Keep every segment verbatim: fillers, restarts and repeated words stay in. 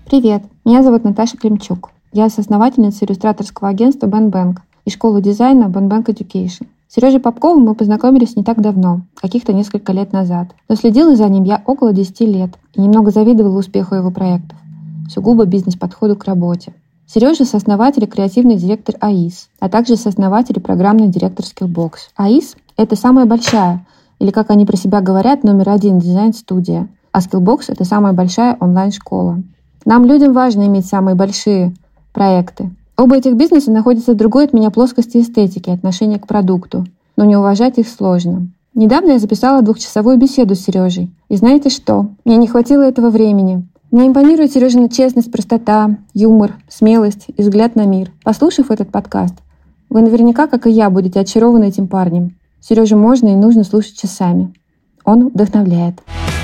Привет, меня зовут Наташа Климчук. Я соосновательница иллюстраторского агентства BandBank и школы дизайна BandBank Education. С Сережей Попковым мы познакомились не так давно, каких-то несколько лет назад. Но следила за ним я около десяти лет и немного завидовала успеху его проектов. Сугубо бизнес-подходу к работе. Сережа — сооснователь и креативный директор АИС, а также сооснователь и программный директор Skillbox. АИС — это самая большая, или, как они про себя говорят, номер один дизайн-студия, а Skillbox — это самая большая онлайн-школа. Нам, людям, важно иметь самые большие проекты. Оба этих бизнеса находятся в другой от меня плоскости эстетики, отношения к продукту, но не уважать их сложно. Недавно я записала двухчасовую беседу с Сережей. И знаете что? Мне не хватило этого времени. Мне импонирует Сережина честность, простота, юмор, смелость и взгляд на мир. Послушав этот подкаст, вы наверняка, как и я, будете очарованы этим парнем. Сережу можно и нужно слушать часами. Он вдохновляет.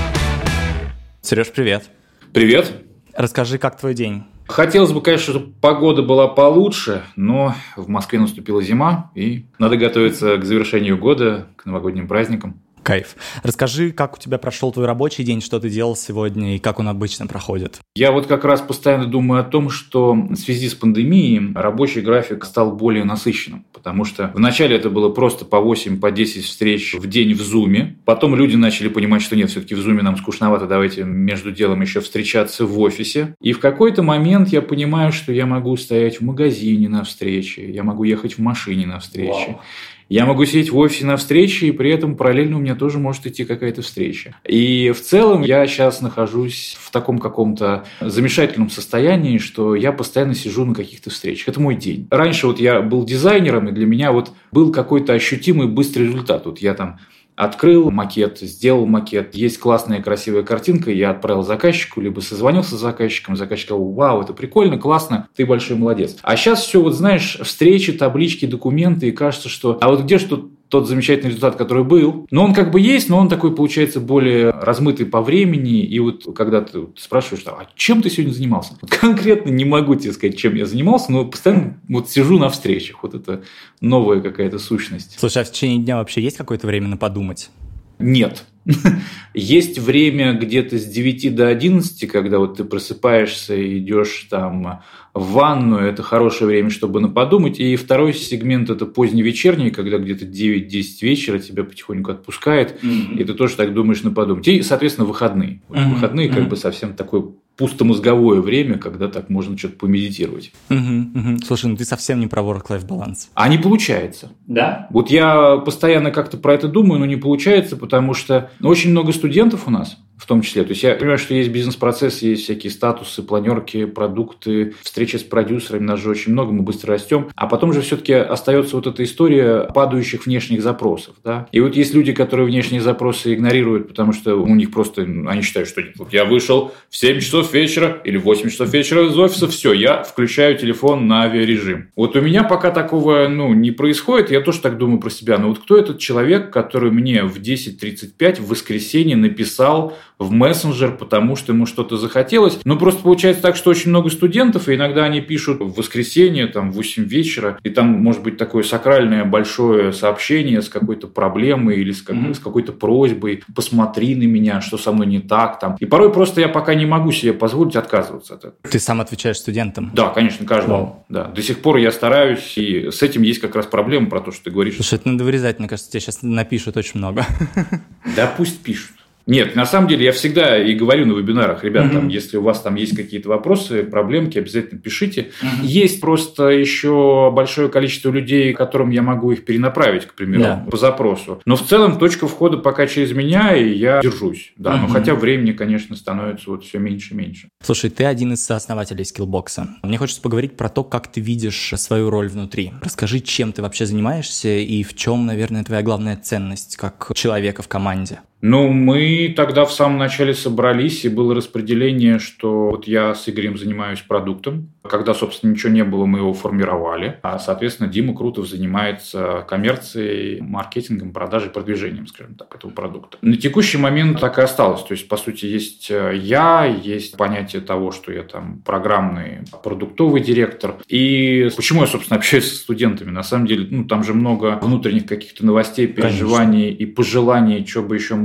Сереж, привет. Привет. Расскажи, как твой день? Хотелось бы, конечно, чтобы погода была получше, но в Москве наступила зима, и надо готовиться к завершению года, к новогодним праздникам. Кайф. Расскажи, как у тебя прошел твой рабочий день, что ты делал сегодня и как он обычно проходит. Я вот как раз постоянно думаю о том, что в связи с пандемией рабочий график стал более насыщенным, потому что вначале это было просто по восемь, по десять встреч в день в Зуме, потом люди начали понимать, что нет, все-таки в Зуме нам скучновато, давайте между делом еще встречаться в офисе. И в какой-то момент я понимаю, что я могу стоять в магазине на встрече, я могу ехать в машине на встрече. Вау. Я могу сидеть в офисе на встрече, и при этом параллельно у меня тоже может идти какая-то встреча. И в целом я сейчас нахожусь в таком каком-то замешательном состоянии, что я постоянно сижу на каких-то встречах. Это мой день. Раньше вот я был дизайнером, и для меня вот был какой-то ощутимый быстрый результат. Вот я там открыл макет, сделал макет, есть классная красивая картинка, я отправил заказчику, либо созвонился с заказчиком, заказчик сказал: вау, это прикольно, классно, ты большой молодец. А сейчас все, вот знаешь, встречи, таблички, документы, и кажется, что а вот где же тут тот замечательный результат, который был? Но он как бы есть, но он такой, получается, более размытый по времени. И вот когда ты спрашиваешь, а чем ты сегодня занимался? Вот конкретно не могу тебе сказать, чем я занимался, но постоянно вот сижу на встречах. Вот это новая какая-то сущность. Слушай, а в течение дня вообще есть какое-то время на подумать? Нет. Есть время где-то с девяти до одиннадцати, когда вот ты просыпаешься и идешь там в ванную, это хорошее время, чтобы на подумать. И второй сегмент – это поздний вечерний, когда где-то девять-десять вечера тебя потихоньку отпускает, mm-hmm. и ты тоже так думаешь на подумать. И, соответственно, выходные. Вот mm-hmm. Выходные mm-hmm. как бы совсем такое пустомозговое время, когда так можно что-то помедитировать. Mm-hmm. Mm-hmm. Слушай, ну ты совсем не про work-life баланс. А не получается. Да? Вот я постоянно как-то про это думаю, но не получается, потому что очень много студентов у нас, в том числе. То есть я понимаю, что есть бизнес-процесс, есть всякие статусы, планерки, продукты, встречи с продюсерами, нас же очень много, мы быстро растем. А потом же все-таки остается вот эта история падающих внешних запросов. Да? И вот есть люди, которые внешние запросы игнорируют, потому что у них просто, они считают, что нет, вот я вышел в семь часов вечера или в восемь часов вечера из офиса, все, я включаю телефон на авиарежим. Вот у меня пока такого ну, не происходит, я тоже так думаю про себя. Но вот кто этот человек, который мне в десять тридцать пять в воскресенье написал в мессенджер, потому что ему что-то захотелось. Ну, просто получается так, что очень много студентов, и иногда они пишут в воскресенье, там, в восемь вечера, и там может быть такое сакральное большое сообщение с какой-то проблемой или с, как- mm-hmm. с какой-то просьбой: посмотри на меня, что со мной не так. Там. И порой просто я пока не могу себе позволить отказываться от этого. Ты сам отвечаешь студентам? Да, конечно, каждому. Wow. Да. До сих пор я стараюсь, и с этим есть как раз проблема про то, что ты говоришь. Слушай, это надо вырезать, мне кажется, тебе сейчас напишут очень много. Да пусть пишут. Нет, на самом деле я всегда и говорю на вебинарах: ребят, mm-hmm. там, если у вас там есть какие-то вопросы, проблемки, обязательно пишите. Mm-hmm. Есть просто еще большое количество людей, которым я могу их перенаправить, к примеру, yeah. по запросу. Но в целом точка входа пока через меня, и я держусь. Да, mm-hmm. но хотя времени, конечно, становится вот все меньше и меньше. Слушай, ты один из сооснователей Skillbox. Мне хочется поговорить про то, как ты видишь свою роль внутри. Расскажи, чем ты вообще занимаешься и в чем, наверное, твоя главная ценность как человека в команде. Ну, мы тогда в самом начале собрались, и было распределение, что вот я с Игорем занимаюсь продуктом. Когда, собственно, ничего не было, мы его формировали. А, соответственно, Дима Крутов занимается коммерцией, маркетингом, продажей, продвижением, скажем так, этого продукта. На текущий момент так и осталось. То есть, по сути, есть я, есть понятие того, что я там программный, продуктовый директор. И почему я, собственно, общаюсь со студентами? На самом деле, ну, там же много внутренних каких-то новостей, переживаний Конечно. И пожеланий, что бы еще можно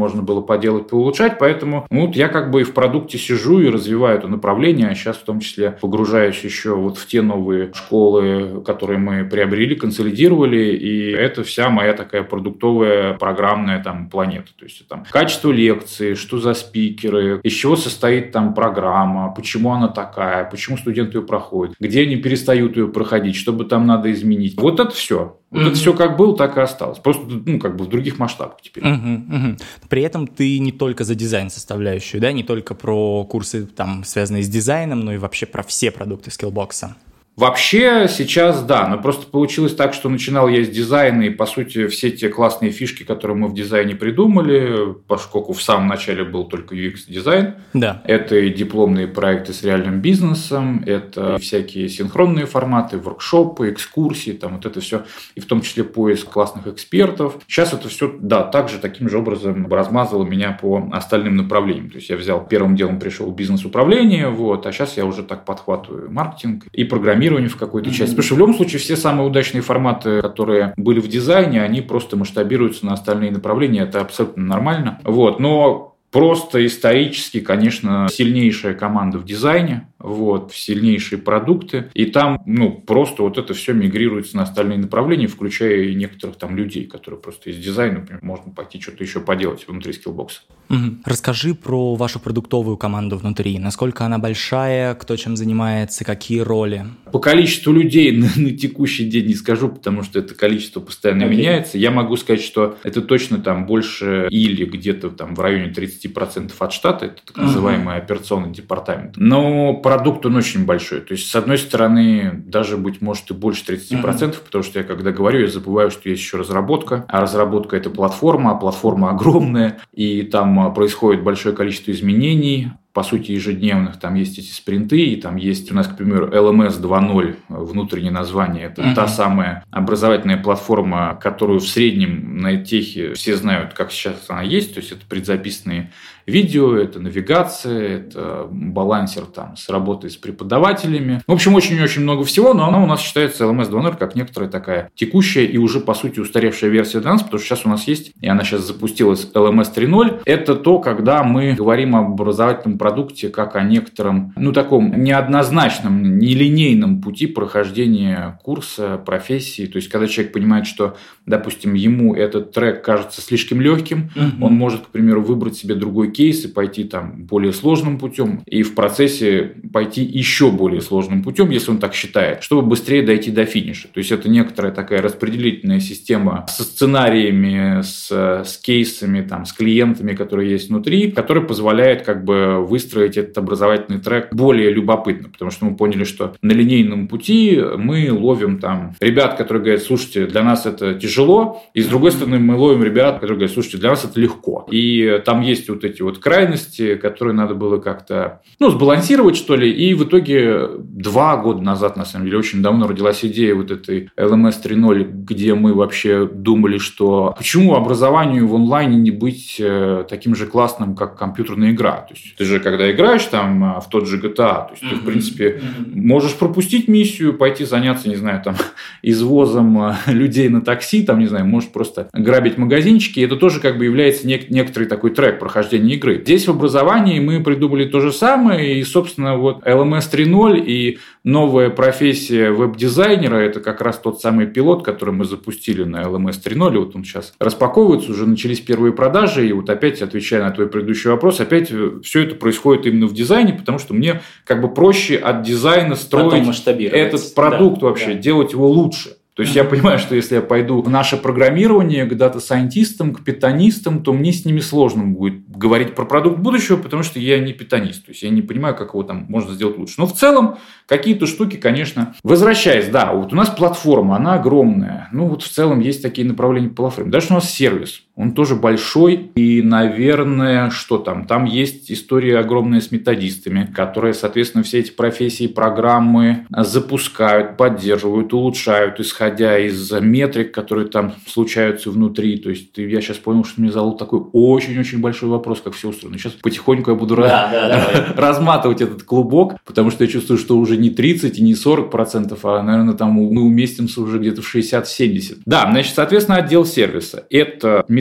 можно было поделать, поулучшать. Поэтому ну, вот я как бы и в продукте сижу и развиваю это направление, а сейчас в том числе погружаюсь еще вот в те новые школы, которые мы приобрели, консолидировали, и это вся моя такая продуктовая программная там планета. То есть там качество лекции, что за спикеры, из чего состоит там программа, почему она такая, почему студенты ее проходят, где они перестают ее проходить, что бы там надо изменить. Вот это все. Вот mm-hmm. это все как было, так и осталось. Просто ну, как бы в других масштабах теперь. Mm-hmm. Mm-hmm. При этом ты не только за дизайн составляющую, да, не только про курсы, там, связанные с дизайном, но и вообще про все продукты Skillbox. Вообще сейчас да, но просто получилось так, что начинал я с дизайна, и по сути все те классные фишки, которые мы в дизайне придумали, поскольку в самом начале был только ю экс-дизайн, да. Это и дипломные проекты с реальным бизнесом, это и всякие синхронные форматы, воркшопы, экскурсии, там вот это все, и в том числе поиск классных экспертов. Сейчас это все, да, также таким же образом размазало меня по остальным направлениям. То есть я взял, первым делом пришел в бизнес-управление, вот, а сейчас я уже так подхватываю маркетинг и программирование в какой-то части. Потому что в любом случае все самые удачные форматы, которые были в дизайне, они просто масштабируются на остальные направления. Это абсолютно нормально. Вот. Но просто исторически, конечно, сильнейшая команда в дизайне, вот, сильнейшие продукты, и там, ну, просто вот это все мигрируется на остальные направления, включая и некоторых там людей, которые просто из дизайна, например, можно пойти что-то еще поделать внутри Skillbox. Угу. Расскажи про вашу продуктовую команду внутри, насколько она большая, кто чем занимается, какие роли? По количеству людей на, на текущий день не скажу, потому что это количество постоянно okay. меняется. Я могу сказать, что это точно там больше или где-то там в районе тридцать процентов от штата, это так называемый uh-huh. операционный департамент. Но продукт он очень большой. То есть, с одной стороны, даже, быть может, и больше тридцать процентов, uh-huh. потому что я, когда говорю, я забываю, что есть еще разработка. А разработка – это платформа, а платформа огромная, и там происходит большое количество изменений, по сути, ежедневных. Там есть эти спринты, и там есть у нас, к примеру, эл эм эс два ноль, внутреннее название. Это uh-huh. та самая образовательная платформа, которую в среднем на техе все знают, как сейчас она есть. То есть, это предзаписанные видео, это навигация, это балансер там, с работой с преподавателями. В общем, очень-очень много всего, но она у нас считается эл эм эс два ноль как некоторая такая текущая и уже, по сути, устаревшая версия для нас, потому что сейчас у нас есть, и она сейчас запустилась, эл эм эс три ноль. Это то, когда мы говорим об образовательном продукте как о некотором, ну, таком неоднозначном, нелинейном пути прохождения курса, профессии. То есть, когда человек понимает, что, допустим, ему этот трек кажется слишком легким, uh-huh. он может, к примеру, выбрать себе другой кейс и пойти там более сложным путем, и в процессе пойти еще более сложным путем, если он так считает, чтобы быстрее дойти до финиша. То есть, это некоторая такая распределительная система со сценариями, с, с кейсами, там, с клиентами, которые есть внутри, которая позволяет как бы выстроить этот образовательный трек более любопытно, потому что мы поняли, что на линейном пути мы ловим там ребят, которые говорят, слушайте, для нас это тяжело, и с другой стороны мы ловим ребят, которые говорят, слушайте, для нас это легко. И там есть вот эти вот крайности, которые надо было как-то, ну, сбалансировать, что ли, и в итоге два года назад, на самом деле, очень давно родилась идея вот этой эл эм эс три ноль, где мы вообще думали, что почему образованию в онлайне не быть таким же классным, как компьютерная игра. То есть, ты же, когда играешь там в тот же джи ти эй, то есть, ты, в принципе, можешь пропустить миссию, пойти заняться, не знаю, там, извозом людей на такси, там, не знаю, можешь просто грабить магазинчики, и это тоже как бы является нек- некоторый такой трек прохождения игры. Здесь в образовании мы придумали то же самое, и, собственно, вот эл эм эс три ноль и новая профессия веб-дизайнера – это как раз тот самый пилот, который мы запустили на эл эм эс три ноль, и вот он сейчас распаковывается, уже начались первые продажи, и вот опять, отвечая на твой предыдущий вопрос, опять все это происходит именно в дизайне, потому что мне как бы проще от дизайна строить этот продукт, да, вообще, да. делать его лучше. То есть, я понимаю, что если я пойду в наше программирование к дата-сайентистам, к питонистам, то мне с ними сложно будет говорить про продукт будущего, потому что я не питонист. То есть, я не понимаю, как его там можно сделать лучше. Но в целом, какие-то штуки, конечно... Возвращаясь, да, вот у нас платформа, она огромная. Ну, вот в целом есть такие направления по платформе. Дальше у нас сервис. Он тоже большой. И, наверное, что там? Там есть история огромная с методистами, которые, соответственно, все эти профессии, программы запускают, поддерживают, улучшают, исходя из метрик, которые там случаются внутри. То есть, я сейчас понял, что мне задал такой очень-очень большой вопрос, как все устроено. Сейчас потихоньку я буду да, да, разматывать этот клубок, потому что я чувствую, что уже не тридцать и не сорок процентов, а, наверное, там мы уместимся уже где-то в шестьдесят-семьдесят. Да, значит, соответственно, отдел сервиса. Это методисты,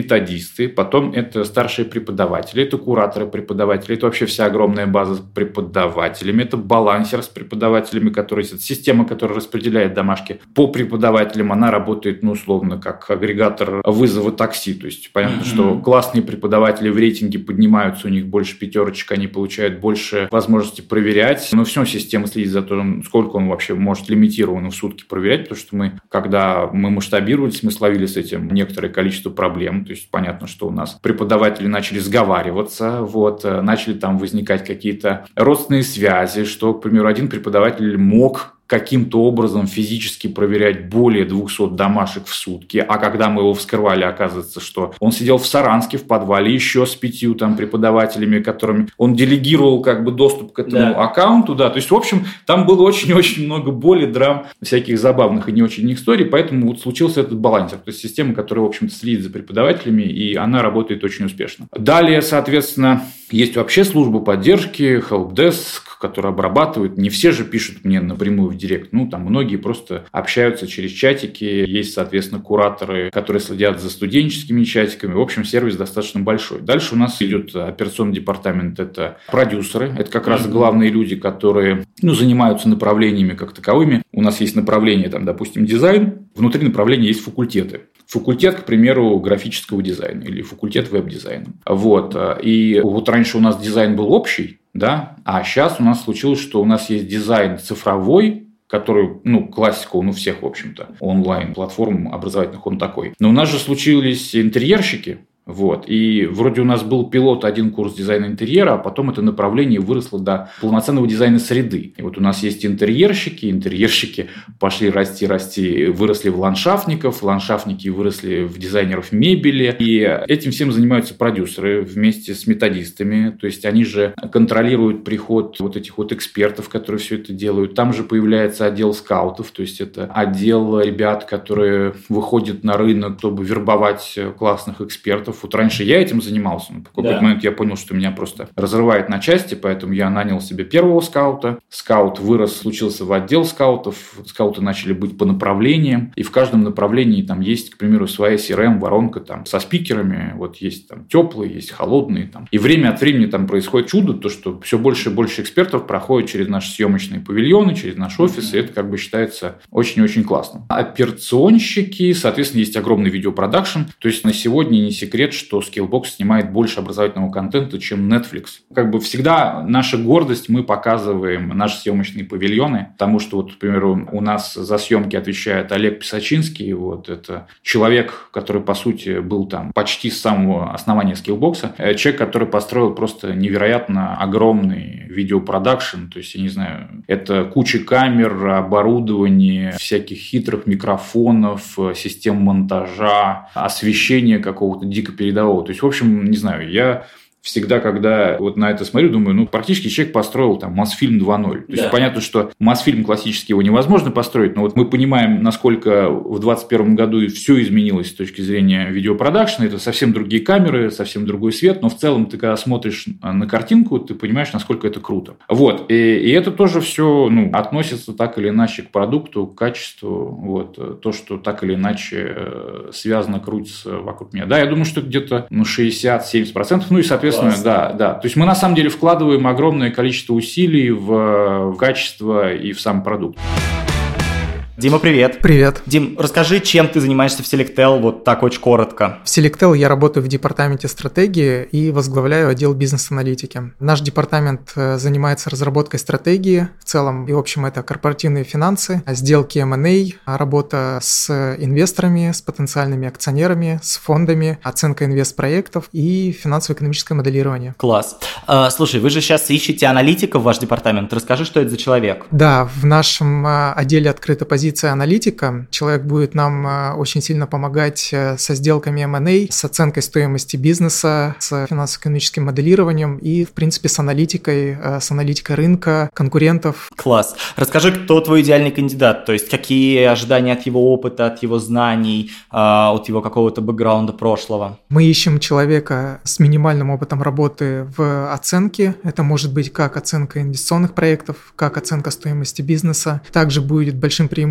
методисты, потом это старшие преподаватели, это кураторы преподаватели, это вообще вся огромная база с преподавателями, это балансер с преподавателями, которые, это система, которая распределяет домашки по преподавателям, она работает, ну, условно, как агрегатор вызова такси, то есть понятно, mm-hmm. что классные преподаватели в рейтинге поднимаются, у них больше пятерочек, они получают больше возможности проверять, но все система следит за тем, сколько он вообще может лимитированно в сутки проверять, потому что мы, когда мы масштабировались, мы словили с этим некоторое количество проблем, то есть понятно, что у нас преподаватели начали сговариваться, вот, начали там возникать какие-то родственные связи, что, к примеру, один преподаватель мог каким-то образом физически проверять более двухсот домашек в сутки, а когда мы его вскрывали, оказывается, что он сидел в Саранске в подвале еще с пятью там преподавателями, которыми он делегировал как бы доступ к этому да. аккаунту, да, то есть, в общем, там было очень-очень много боли, драм, всяких забавных и не очень историй, поэтому вот случился этот балансер, то есть система, которая, в общем-то, следит за преподавателями, и она работает очень успешно. Далее, соответственно, есть вообще служба поддержки, helpdesk, которая обрабатывает. Не все же пишут мне напрямую в директ. Ну, там многие просто общаются через чатики. Есть, соответственно, кураторы, которые следят за студенческими чатиками. В общем, сервис достаточно большой. Дальше у нас идет операционный департамент. Это продюсеры. Это как раз главные люди, которые ну, занимаются направлениями как таковыми. У нас есть направление, там, допустим, дизайн. Внутри направления есть факультеты. Факультет, к примеру, графического дизайна или факультет веб-дизайна. Вот. И вот раньше у нас дизайн был общий, да, а сейчас у нас случилось, что у нас есть дизайн цифровой, который, ну, классика, он у всех, в общем-то, онлайн-платформ образовательных, он такой. Но у нас же случились интерьерщики. Вот. И вроде у нас был пилот один курс дизайна интерьера, а потом это направление выросло до полноценного дизайна среды. И вот у нас есть интерьерщики, интерьерщики пошли расти, расти, выросли в ландшафтников, ландшафтники выросли в дизайнеров мебели. И этим всем занимаются продюсеры вместе с методистами. То есть они же контролируют приход вот этих вот экспертов, которые все это делают. Там же появляется отдел скаутов, то есть это отдел ребят, которые выходят на рынок, чтобы вербовать классных экспертов. Вот раньше я этим занимался, но в какой-то да. момент я понял, что меня просто разрывает на части, поэтому я нанял себе первого скаута. Скаут вырос, случился в отдел скаутов. Скауты начали быть по направлениям, и в каждом направлении там есть, к примеру, своя си эр эм-воронка там, со спикерами. Вот есть там теплые, есть холодные. Там. И время от времени там происходит чудо, то, что все больше и больше экспертов проходит через наши съемочные павильоны, через наш офис, mm-hmm. и это как бы считается очень-очень классно. Операционщики, соответственно, есть огромный видеопродакшн. То есть на сегодня не секрет, что Skillbox снимает больше образовательного контента, чем Netflix. Как бы всегда наша гордость, мы показываем наши съемочные павильоны, потому что, вот, к примеру, у нас за съемки отвечает Олег Писачинский, вот, это человек, который, по сути, был там почти с самого основания Skillbox, человек, который построил просто невероятно огромный видеопродакшн, то есть, я не знаю, это куча камер, оборудование, всяких хитрых микрофонов, систем монтажа, освещения какого-то дико передового. То есть, в общем, не знаю, я всегда, когда вот на это смотрю, думаю, ну, практически человек построил там Мосфильм два ноль. То да. есть, понятно, что Мосфильм классический его невозможно построить, но вот мы понимаем, насколько в двадцать первом году все изменилось с точки зрения видеопродакшна. Это совсем другие камеры, совсем другой свет, но в целом ты, когда смотришь на картинку, ты понимаешь, насколько это круто. Вот. И, и это тоже все ну, относится так или иначе к продукту, к качеству. Вот. То, что так или иначе связано, крутится вокруг меня. Да, я думаю, что где-то ну, шестьдесят-семьдесят процентов. Ну и, соответственно, Классно. да, да. То есть мы на самом деле вкладываем огромное количество усилий в, в качество и в сам продукт. Дима, привет. Привет. Дим, расскажи, чем ты занимаешься в Selectel, вот так очень коротко. В Selectel я работаю в департаменте стратегии и возглавляю отдел бизнес-аналитики. Наш департамент занимается разработкой стратегии в целом, и в общем это корпоративные финансы, сделки эм энд эй, работа с инвесторами, с потенциальными акционерами, с фондами, оценка инвестпроектов и финансово-экономическое моделирование. Класс. А, слушай, вы же сейчас ищете аналитика в ваш департамент. Расскажи, что это за человек. Да, в нашем отделе открыта позиция аналитика. Человек будет нам очень сильно помогать со сделками эм энд эй, с оценкой стоимости бизнеса, с финансово-экономическим моделированием и, в принципе, с аналитикой, с аналитикой рынка, конкурентов. Класс. Расскажи, кто твой идеальный кандидат, то есть какие ожидания от его опыта, от его знаний, от его какого-то бэкграунда прошлого? Мы ищем человека с минимальным опытом работы в оценке. Это может быть как оценка инвестиционных проектов, как оценка стоимости бизнеса. Также будет большим преимуществом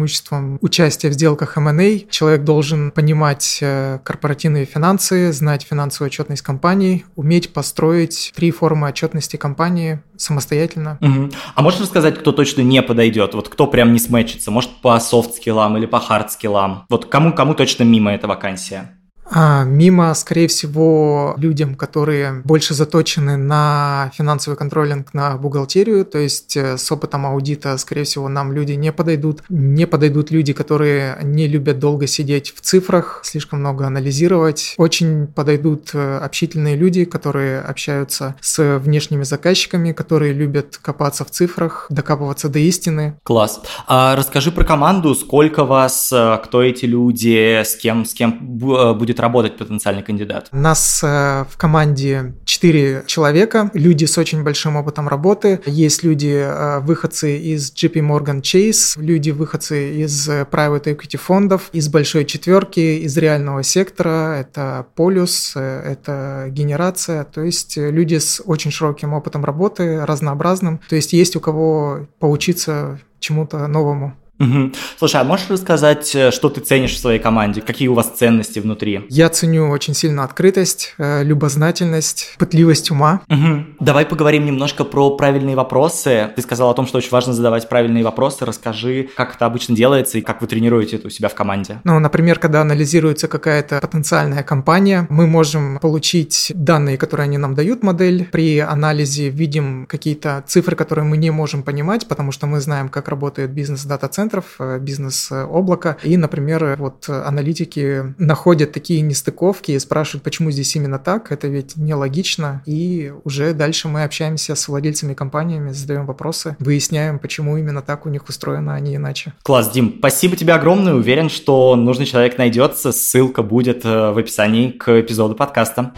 преимуществом участия в сделках эм энд эй. Человек должен понимать корпоративные финансы, знать финансовую отчетность компании, уметь построить три формы отчетности компании самостоятельно. Угу. А можешь рассказать, кто точно не подойдет? Вот кто прям не сметчится? Может, по софт-скиллам или по хард-скиллам? Вот кому, кому точно мимо эта вакансия? А, мимо, скорее всего, людям, которые больше заточены на финансовый контролинг, на бухгалтерию, то есть с опытом аудита, скорее всего, нам люди не подойдут. Не подойдут люди, которые не любят долго сидеть в цифрах, слишком много анализировать. Очень подойдут общительные люди, которые общаются с внешними заказчиками, которые любят копаться в цифрах, докапываться до истины. Класс. А расскажи про команду, сколько вас, кто эти люди, с кем, с кем будет работать потенциальный кандидат? У нас э, в команде четыре человека, люди с очень большим опытом работы. Есть люди, э, выходцы из джей пи Morgan Chase, люди, выходцы из private equity фондов, из большой четверки, из реального сектора. Это Полюс, э, это Генерация. То есть люди с очень широким опытом работы, разнообразным. То есть есть у кого поучиться чему-то новому. Угу. Слушай, а можешь рассказать, что ты ценишь в своей команде? Какие у вас ценности внутри? Я ценю очень сильно открытость, любознательность, пытливость ума. Угу. Давай поговорим немножко про правильные вопросы. Ты сказал о том, что очень важно задавать правильные вопросы. Расскажи, как это обычно делается и как вы тренируете это у себя в команде. Ну, например, когда анализируется какая-то потенциальная компания, мы можем получить данные, которые они нам дают, модель. При анализе видим какие-то цифры, которые мы не можем понимать, потому что мы знаем, как работает бизнес-дата-центр, бизнес-облако. И, например, вот аналитики находят такие нестыковки и спрашивают, почему здесь именно так, это ведь нелогично. И уже дальше мы общаемся с владельцами компаниями, задаем вопросы, выясняем, почему именно так у них устроено, а не иначе. Класс, Дим, спасибо тебе огромное. Уверен, что нужный человек найдется. Ссылка будет в описании к эпизоду подкаста.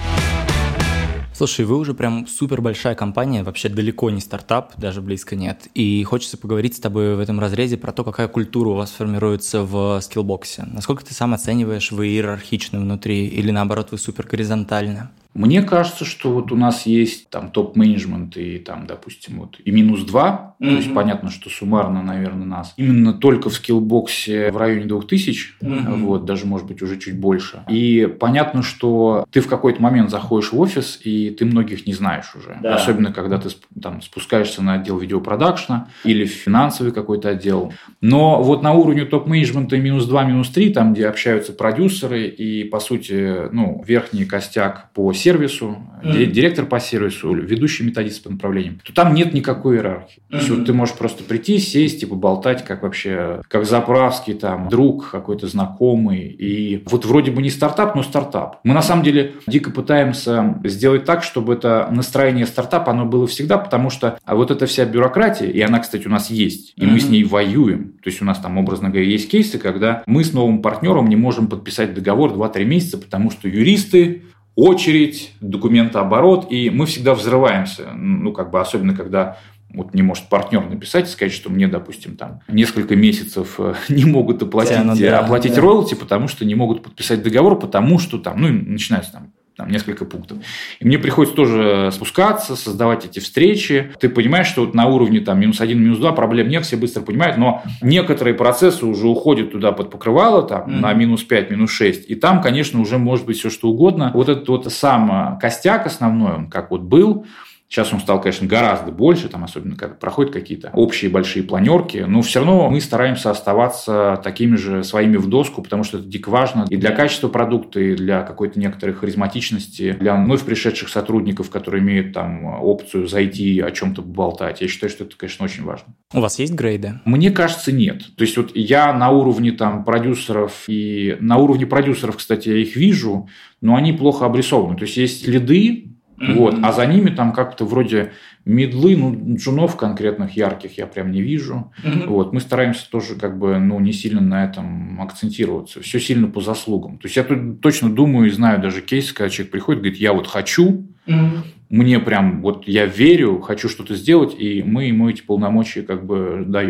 Слушай, вы уже прям супер большая компания, вообще далеко не стартап, даже близко нет. И хочется поговорить с тобой в этом разрезе про то, какая культура у вас формируется в Skillbox. Насколько ты сам оцениваешь, вы иерархичны внутри или наоборот вы супер горизонтальны? Мне кажется, что вот у нас есть там топ-менеджмент и там, допустим, вот и минус два. Mm-hmm. То есть понятно, что суммарно, наверное, нас именно только в Skillbox в районе двух тысяч, mm-hmm. вот, даже, может быть, уже чуть больше. И понятно, что ты в какой-то момент заходишь в офис, и ты многих не знаешь уже. Да. Особенно, когда ты там спускаешься на отдел видеопродакшна или в финансовый какой-то отдел. Но вот на уровне топ-менеджмента минус два, минус три, там, где общаются продюсеры и, по сути, ну, верхний костяк по сервису, mm-hmm. директор по сервису, ведущий методист по направлениям, то там нет никакой иерархии. Mm-hmm. То есть вот ты можешь просто прийти, сесть и поболтать, как вообще, как заправский там друг, какой-то знакомый. И вот вроде бы не стартап, но стартап. Мы на самом деле дико пытаемся сделать так, чтобы это настроение стартапа, оно было всегда, потому что а вот эта вся бюрократия, и она, кстати, у нас есть, и mm-hmm. мы с ней воюем. То есть у нас там, образно говоря, есть кейсы, когда мы с новым партнером не можем подписать договор два-три месяца, потому что юристы, очередь, документооборот, и мы всегда взрываемся. Ну, как бы, особенно, когда вот не может партнер написать и сказать, что мне, допустим, там несколько месяцев не могут оплатить, да, ну, да, оплатить да. роялти, потому что не могут подписать договор, потому что там, ну, начинается там, там несколько пунктов. И мне приходится тоже спускаться, создавать эти встречи. Ты понимаешь, что вот на уровне там минус один, минус два проблем нет, все быстро понимают, но некоторые процессы уже уходят туда под покрывало, там, mm-hmm. на минус пять, минус шесть, и там, конечно, уже может быть все что угодно. Вот этот вот сам костяк основной, он как вот был, сейчас он стал, конечно, гораздо больше, там, особенно когда проходят какие-то общие большие планерки, но все равно мы стараемся оставаться такими же своими в доску, потому что это дико важно и для качества продукта, и для какой-то некоторой харизматичности, для вновь пришедших сотрудников, которые имеют там опцию зайти о чем-то поболтать. Я считаю, что это, конечно, очень важно. У вас есть грейды? Мне кажется, нет. То есть вот я на уровне там продюсеров, и на уровне продюсеров, кстати, я их вижу, но они плохо обрисованы. То есть есть лиды, Mm-hmm. вот, а за ними там как-то вроде мидлы, ну, джунов конкретных ярких я прям не вижу. Mm-hmm. Вот, мы стараемся тоже как бы, ну, не сильно на этом акцентироваться. Все сильно по заслугам. То есть я тут точно думаю и знаю даже кейсы, когда человек приходит, говорит, я вот хочу, mm-hmm. мне прям, вот я верю, хочу что-то сделать, и мы ему эти полномочия как бы даем.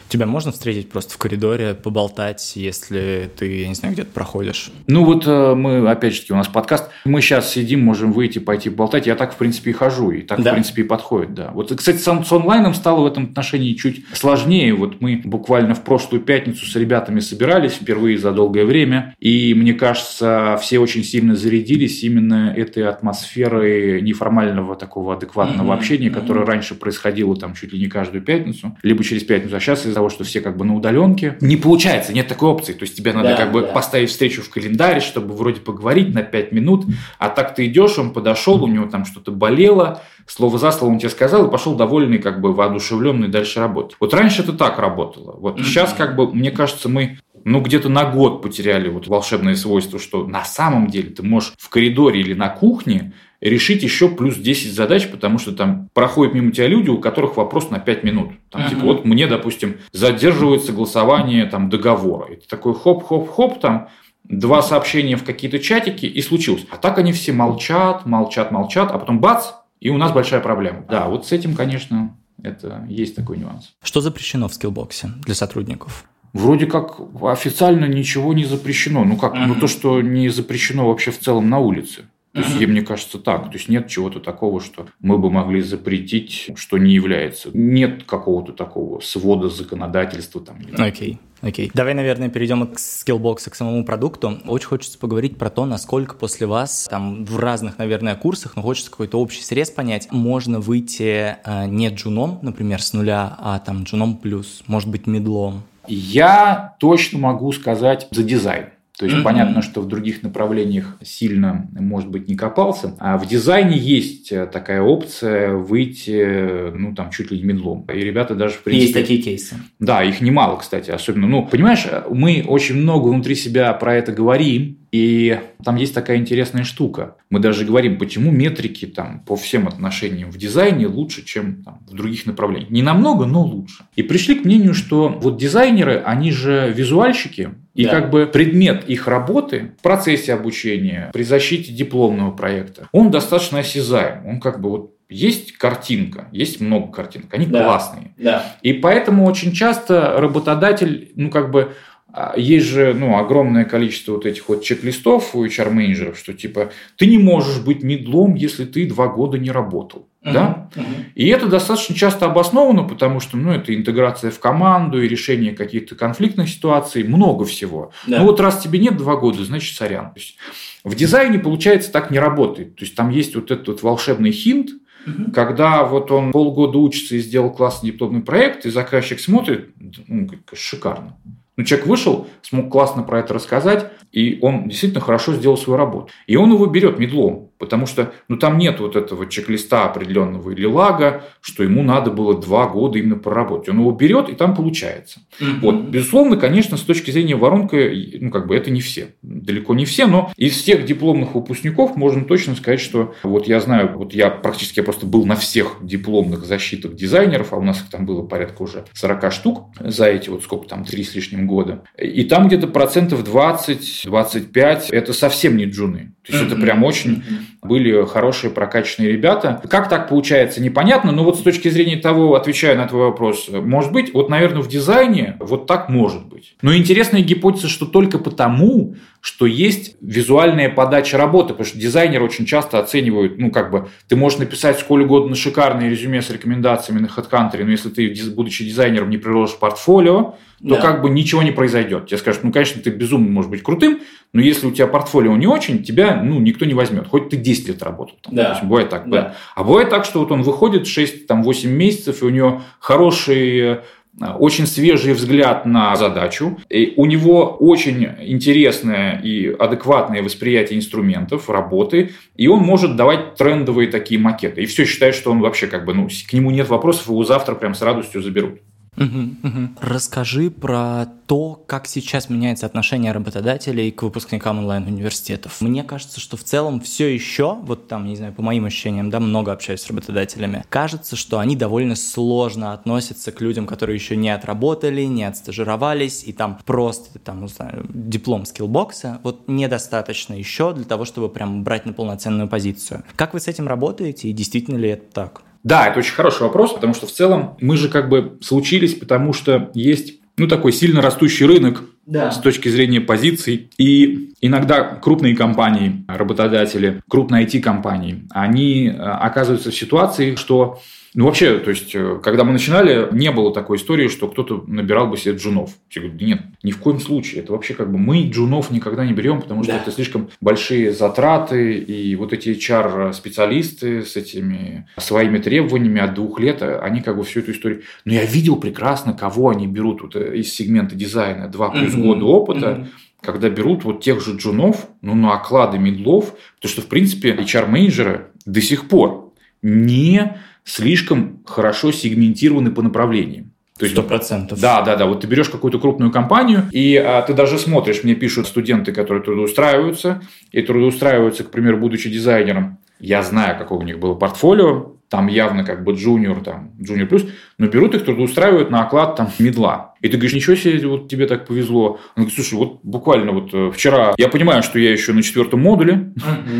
Тебя можно встретить просто в коридоре, поболтать, если ты, я не знаю, где-то проходишь? Ну вот мы, опять же таки, у нас подкаст, мы сейчас сидим, можем выйти, пойти поболтать, я так, в принципе, и хожу, и так, да? в принципе, и подходит, да. Вот, кстати, с, с онлайном стало в этом отношении чуть сложнее, вот мы буквально в прошлую пятницу с ребятами собирались впервые за долгое время, и, мне кажется, все очень сильно зарядились именно этой атмосферой неформального такого адекватного mm-hmm. общения, mm-hmm. которое раньше происходило там чуть ли не каждую пятницу, либо через пятницу, а сейчас из-за того, что все как бы на удаленке, не получается, нет такой опции, то есть тебе надо да, как бы да. поставить встречу в календарь, чтобы вроде поговорить на пять минут, а так ты идешь, он подошел, у него там что-то болело, слово за слово он тебе сказал, и пошел довольный, как бы воодушевленный дальше работать. Вот раньше это так работало, вот mm-hmm. сейчас как бы, мне кажется, мы ну, где-то на год потеряли вот волшебное свойство, что на самом деле ты можешь в коридоре или на кухне решить еще плюс десять задач, потому что там проходят мимо тебя люди, у которых вопрос на пять минут. Там, uh-huh. типа, вот мне, допустим, задерживается согласование там, договора. И ты такой хоп-хоп-хоп, там два сообщения в какие-то чатики, и случилось. А так они все молчат, молчат, молчат, а потом бац, и у нас большая проблема. Да, вот с этим, конечно, это есть такой нюанс. Что запрещено в скиллбоксе для сотрудников? Вроде как официально ничего не запрещено. Ну как, uh-huh. ну то, что не запрещено вообще в целом на улице. То есть, uh-huh. мне кажется, так. То есть, нет чего-то такого, что мы бы могли запретить, что не является. Нет какого-то такого свода законодательства. Окей. Okay. Окей. Okay. Давай, наверное, перейдем к скиллбоксу, к самому продукту. Очень хочется поговорить про то, насколько после вас, там, в разных, наверное, курсах, но хочется какой-то общий срез понять, можно выйти э, не джуном, например, с нуля, а там джуном плюс, может быть, мидлом. Я точно могу сказать за дизайн. То есть, mm-hmm. понятно, что в других направлениях сильно, может быть, не копался. А в дизайне есть такая опция выйти, ну, там, чуть ли не мидлом. И ребята даже, в принципе... Есть такие кейсы. Да, их немало, кстати. Особенно, ну, понимаешь, мы очень много внутри себя про это говорим. И там есть такая интересная штука. Мы даже говорим, почему метрики там, по всем отношениям в дизайне лучше, чем там, в других направлениях. Не намного, но лучше. И пришли к мнению, что вот дизайнеры, они же визуальщики, и да. как бы предмет их работы в процессе обучения, при защите дипломного проекта, он достаточно осязаем. Он как бы вот есть картинка, есть много картинок, они да. классные. Да. И поэтому очень часто работодатель, ну как бы, есть же ну, огромное количество вот этих вот чек-листов у эйч ар-менеджеров, что типа ты не можешь быть мидлом, если ты два года не работал. Uh-huh, да? uh-huh. И это достаточно часто обосновано, потому что ну, это интеграция в команду и решение каких-то конфликтных ситуаций, много всего. Да. Ну вот раз тебе нет два года, значит сорян. То есть, в дизайне, получается, так не работает. То есть там есть вот этот вот волшебный хинт, uh-huh. когда вот он полгода учится и сделал классный дипломный проект, и заказчик смотрит, ну, шикарно. Ну, человек вышел, смог классно про это рассказать, и он действительно хорошо сделал свою работу. И он его берет мидлом, потому что ну, там нет вот этого чек-листа определенного или лага, что ему надо было два года именно проработать. Он его берет, и там получается. Mm-hmm. Вот. Безусловно, конечно, с точки зрения воронка, ну, как бы это не все. Далеко не все, но из всех дипломных выпускников можно точно сказать, что вот я знаю, вот я практически я просто был на всех дипломных защитах дизайнеров, а у нас их там было порядка уже сорок штук за эти вот сколько там, три с лишним года. И там где-то процентов двадцать-двадцать пять это совсем не джуны. То есть, mm-hmm. это прям очень mm-hmm. были хорошие прокачанные ребята. Как так получается, непонятно, но вот с точки зрения того, отвечая на твой вопрос, может быть, вот, наверное, в дизайне вот так может быть. Но интересная гипотеза, что только потому, что есть визуальная подача работы, потому что дизайнеры очень часто оценивают, ну, как бы, ты можешь написать сколь угодно шикарное резюме с рекомендациями на HeadHunter, но если ты, будучи дизайнером, не приложишь портфолио, то да. как бы ничего не произойдет. Тебе скажут, ну, конечно, ты безумно можешь быть крутым, но если у тебя портфолио не очень, тебя, ну, никто не возьмет. Хоть ты десять лет работал. Там, да. допустим, бывает так. Да. А бывает так, что вот он выходит шесть-восемь месяцев, и у него хороший, очень свежий взгляд на задачу. И у него очень интересное и адекватное восприятие инструментов, работы. И он может давать трендовые такие макеты. И все считает, что он вообще как бы, ну, к нему нет вопросов, его завтра прям с радостью заберут. Угу, угу. Расскажи про то, как сейчас меняется отношение работодателей к выпускникам онлайн-университетов. Мне кажется, что в целом все еще, вот там, не знаю, по моим ощущениям, да, много общаюсь с работодателями, кажется, что они довольно сложно относятся к людям, которые еще не отработали, не отстажировались, и там просто, там, не знаю, диплом скиллбокса, вот недостаточно еще для того, чтобы прям брать на полноценную позицию. Как вы с этим работаете, и действительно ли это так? Да, это очень хороший вопрос, потому что в целом мы же как бы случились, потому что есть ну, такой сильно растущий рынок да. с точки зрения позиций. И иногда крупные компании, работодатели, крупные ай ти-компании, они оказываются в ситуации, что... Ну, вообще, то есть, когда мы начинали, не было такой истории, что кто-то набирал бы себе джунов. Я говорю, нет, ни в коем случае. Это вообще как бы мы джунов никогда не берем, потому что да. это слишком большие затраты. И вот эти эйч ар-специалисты с этими своими требованиями от двух лет, они как бы всю эту историю... Но я видел прекрасно, кого они берут вот из сегмента дизайна два плюс mm-hmm. года опыта, mm-hmm. когда берут вот тех же джунов, ну, на оклады мидлов, потому что, в принципе, эйч ар-менеджеры до сих пор не... слишком хорошо сегментированы по направлениям. Сто процентов. Да, да, да. Вот ты берешь какую-то крупную компанию, и а, ты даже смотришь, мне пишут студенты, которые трудоустраиваются, и трудоустраиваются, к примеру, будучи дизайнером. Я знаю, какое у них было портфолио, там явно как бы джуниор, там, джуниор плюс, но берут их, трудоустраивают на оклад там мидла. И ты говоришь, ничего себе, вот тебе так повезло. Он говорит, слушай, вот буквально вот вчера, я понимаю, что я еще на четвертом модуле,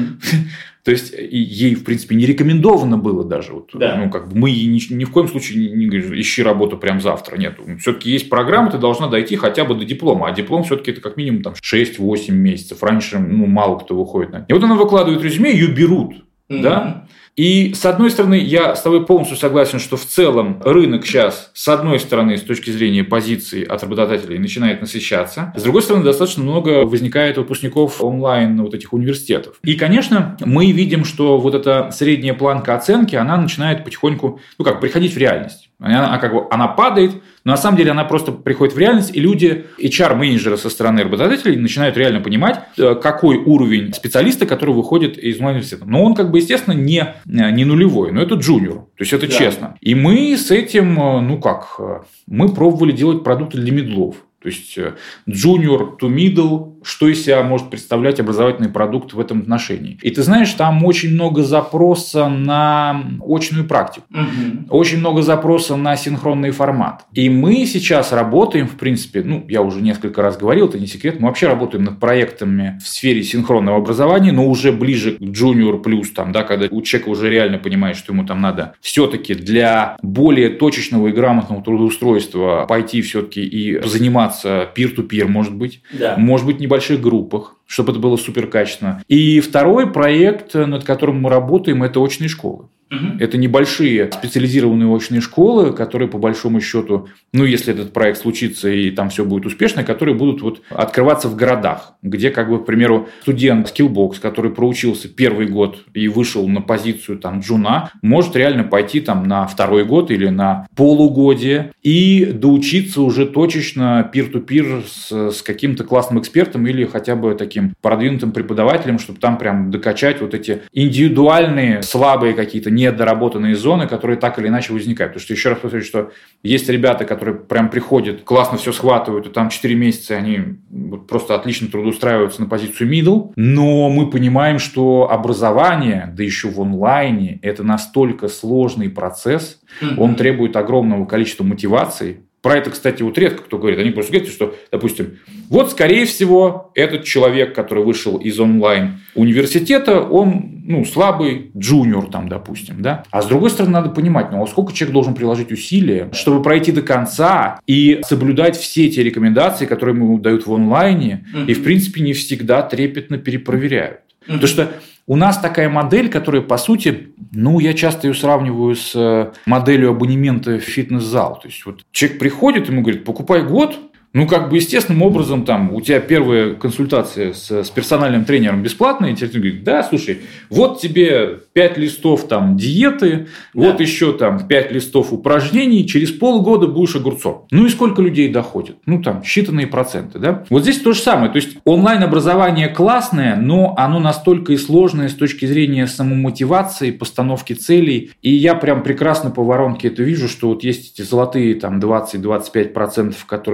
то есть ей, в принципе, не рекомендовано было даже. Вот, да. Ну, как бы мы ни, ни в коем случае не, не говорим, ищи работу прямо завтра. Нет. Все-таки есть программа, ты должна дойти хотя бы до диплома. А диплом все-таки это как минимум там, шесть-восемь месяцев. Раньше ну, мало кто выходит на это. И вот она выкладывает резюме, ее берут. Mm-hmm. Да? И, с одной стороны, я с тобой полностью согласен, что в целом рынок сейчас, с одной стороны, с точки зрения позиций от работодателей, начинает насыщаться. С другой стороны, достаточно много возникает выпускников онлайн вот этих университетов. И, конечно, мы видим, что вот эта средняя планка оценки, она начинает потихоньку, ну как, приходить в реальность. Она, как бы, она падает, но на самом деле она просто приходит в реальность, и люди, эйч ар-менеджеры со стороны работодателей начинают реально понимать, какой уровень специалиста, который выходит из университета. Но он, как бы, естественно, не, не нулевой, но это джуниор, то есть это да. честно. И мы с этим, ну как, мы пробовали делать продукты для мидлов. То есть junior to middle, что из себя может представлять образовательный продукт в этом отношении. И ты знаешь, там очень много запроса на очную практику, угу. очень много запроса на синхронный формат. И мы сейчас работаем, в принципе, ну, я уже несколько раз говорил, это не секрет, мы вообще работаем над проектами в сфере синхронного образования, но уже ближе к junior плюс, там, да, когда у человека уже реально понимает, что ему там надо все-таки для более точечного и грамотного трудоустройства пойти все-таки и заниматься peer-to-peer, может быть, да. может быть, в небольших группах, чтобы это было супер качественно. И второй проект, над которым мы работаем, это очные школы. Угу. Это небольшие специализированные очные школы, которые, по большому счету, ну, если этот проект случится и там все будет успешно, которые будут вот открываться в городах, где, как бы, к примеру, студент Skillbox, который проучился первый год и вышел на позицию там джуна, может реально пойти там на второй год или на полугодие и доучиться уже точечно peer-to-peer с, с каким-то классным экспертом или хотя бы таким продвинутым преподавателем, чтобы там прям докачать вот эти индивидуальные, слабые какие-то недоработанные зоны, которые так или иначе возникают. Потому что, еще раз повторю, что есть ребята, которые прям приходят, классно все схватывают, и там четыре месяца они вот просто отлично трудоустраиваются на позицию middle, но мы понимаем, что образование, да еще в онлайне, это настолько сложный процесс, mm-hmm. он требует огромного количества мотивации. Про это, кстати, вот редко кто говорит. Они просто говорят, что, допустим, вот, скорее всего, этот человек, который вышел из онлайн-университета, он, ну, слабый джуниор, там, допустим, да. А с другой стороны, надо понимать, ну, а сколько человек должен приложить усилия, чтобы пройти до конца и соблюдать все те рекомендации, которые ему дают в онлайне, mm-hmm. и, в принципе, не всегда трепетно перепроверяют. Mm-hmm. Потому что у нас такая модель, которая, по сути, ну, я часто ее сравниваю с моделью абонемента в фитнес-зал. То есть, вот человек приходит, ему говорит, покупай год, ну, как бы, естественным образом, там, у тебя первая консультация с, с персональным тренером бесплатная, и тебе говорит, да, слушай, вот тебе пять листов там диеты, да. вот еще там пять листов упражнений, через полгода будешь огурцом. Ну, и сколько людей доходит? Ну, там, считанные проценты, да? Вот здесь то же самое, то есть, онлайн-образование классное, но оно настолько и сложное с точки зрения самомотивации, постановки целей, и я прям прекрасно по воронке это вижу, что вот есть эти золотые там двадцать-двадцать пять процентов, которые доходят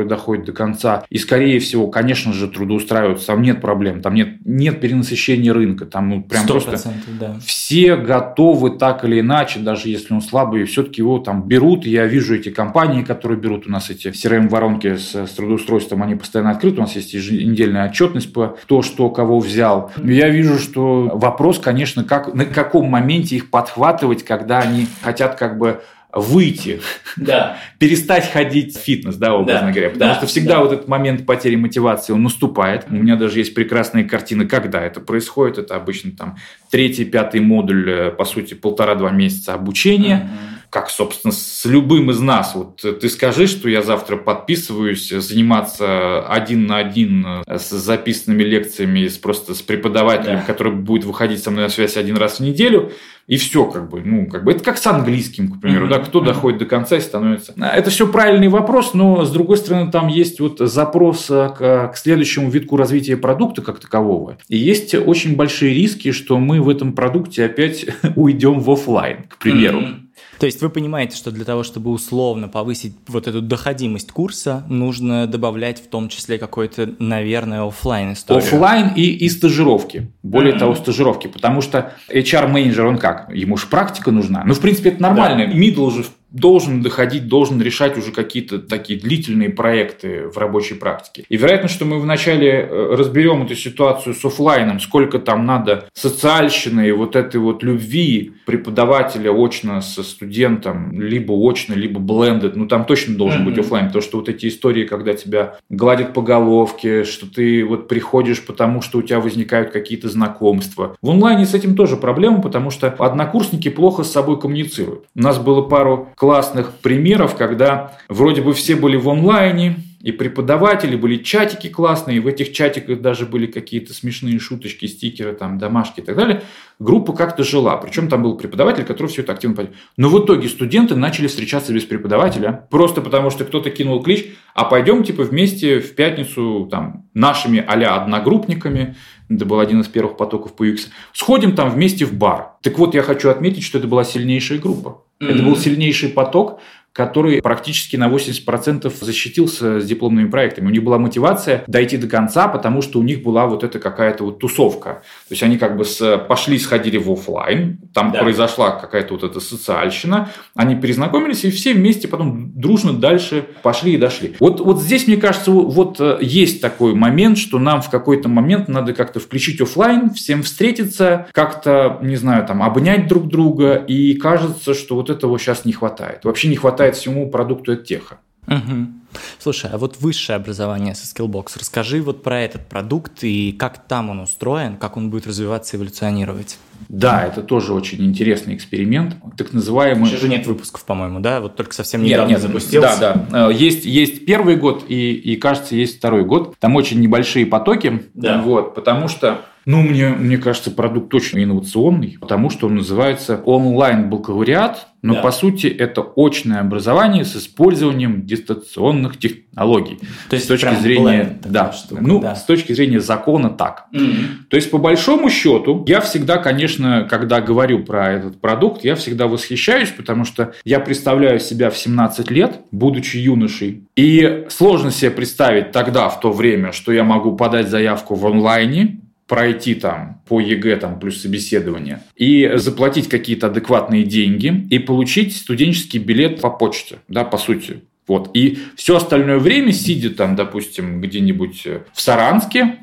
до конца. И, скорее всего, конечно же, трудоустраиваются. Там нет проблем, там нет, нет перенасыщения рынка. Там ну, прям просто да. все готовы так или иначе, даже если он слабый, все-таки его там берут. Я вижу эти компании, которые берут у нас эти си ар эм-воронки с, с трудоустройством, они постоянно открыты. У нас есть еженедельная отчетность по кто, что, кого взял. Я вижу, что вопрос, конечно, как, на каком моменте их подхватывать, когда они хотят как бы выйти, да. перестать ходить в фитнес, да, образно да. говоря. Потому да. что всегда да. вот этот момент потери мотивации, он наступает. У меня даже есть прекрасные картины, когда это происходит. Это обычно там третий, пятый модуль, по сути, полтора-два месяца обучения. Mm-hmm. Как, собственно, с любым из нас. Вот ты скажи, что я завтра подписываюсь заниматься один на один с записанными лекциями, с, просто с преподавателем, да. который будет выходить со мной на связь один раз в неделю, и все, как бы, ну, как бы, это как с английским, к примеру, mm-hmm. да, кто mm-hmm. доходит до конца и становится. Это все правильный вопрос, но, с другой стороны, там есть вот запрос к, к следующему витку развития продукта как такового. И есть очень большие риски, что мы в этом продукте опять уйдем в офлайн, к примеру. Mm-hmm. То есть вы понимаете, что для того, чтобы условно повысить вот эту доходимость курса, нужно добавлять в том числе какой-то, наверное, офлайн историю. Офлайн и, и стажировки. Более mm-hmm. того, стажировки. Потому что эйч ар-менеджер, он как? Ему же практика нужна. Ну, в принципе, это нормально. Да. Middle же должен доходить, должен решать уже какие-то такие длительные проекты в рабочей практике. И вероятно, что мы вначале разберем эту ситуацию с офлайном, сколько там надо социальщины и вот этой вот любви преподавателя очно со студентом, либо очно, либо blended. Ну, там точно должен mm-hmm. быть офлайн, потому что вот эти истории, когда тебя гладят по головке, что ты вот приходишь, потому что у тебя возникают какие-то знакомства. В онлайне с этим тоже проблема, потому что однокурсники плохо с собой коммуницируют. У нас было пару классных примеров, когда вроде бы все были в онлайне, и преподаватели, были чатики классные, и в этих чатиках даже были какие-то смешные шуточки, стикеры, там, домашки и так далее. Группа как-то жила. Причем там был преподаватель, который все это активно поддерживал. Но в итоге студенты начали встречаться без преподавателя, просто потому что кто-то кинул клич, а пойдем типа вместе в пятницу там, нашими а-ля одногруппниками, это был один из первых потоков по ю экс, сходим там вместе в бар. Так вот, я хочу отметить, что это была сильнейшая группа. Mm-hmm. Это был сильнейший поток, который практически на восемьдесят процентов защитился с дипломными проектами. У них была мотивация дойти до конца, потому что у них была вот эта какая-то вот тусовка. То есть они как бы с, пошли, сходили в офлайн, там да. произошла какая-то вот эта социальщина, они перезнакомились, и все вместе потом дружно дальше пошли и дошли. Вот, вот здесь, мне кажется, вот есть такой момент, что нам в какой-то момент надо как-то включить офлайн, всем встретиться, как-то, не знаю, там, обнять друг друга, и кажется, что вот этого сейчас не хватает. Вообще не хватает всему продукту EdTech. Угу. Слушай, а вот высшее образование со Skillbox, расскажи вот про этот продукт и как там он устроен, как он будет развиваться и эволюционировать. Да, это тоже очень интересный эксперимент, так называемый... Еще же нет выпусков, по-моему, да? Вот только совсем недавно нет, нет, запустился. Да, да. Есть, есть первый год и, и, кажется, есть второй год. Там очень небольшие потоки, да. вот, потому что Ну, мне, мне кажется, продукт точно инновационный, потому что он называется онлайн-бакалавриат, но да. по сути это очное образование с использованием дистанционных технологий. То есть с точки зрения, да, штука, ну, да. с точки зрения закона так. Mm-hmm. То есть по большому счету я всегда, конечно, когда говорю про этот продукт, я всегда восхищаюсь, потому что я представляю себя в семнадцать лет, будучи юношей, и сложно себе представить тогда, в то время, что я могу подать заявку в онлайне, пройти там по ЕГЭ там, плюс собеседование и заплатить какие-то адекватные деньги и получить студенческий билет по почте, да, по сути. Вот. И все остальное время, сидя там, допустим, где-нибудь в Саранске,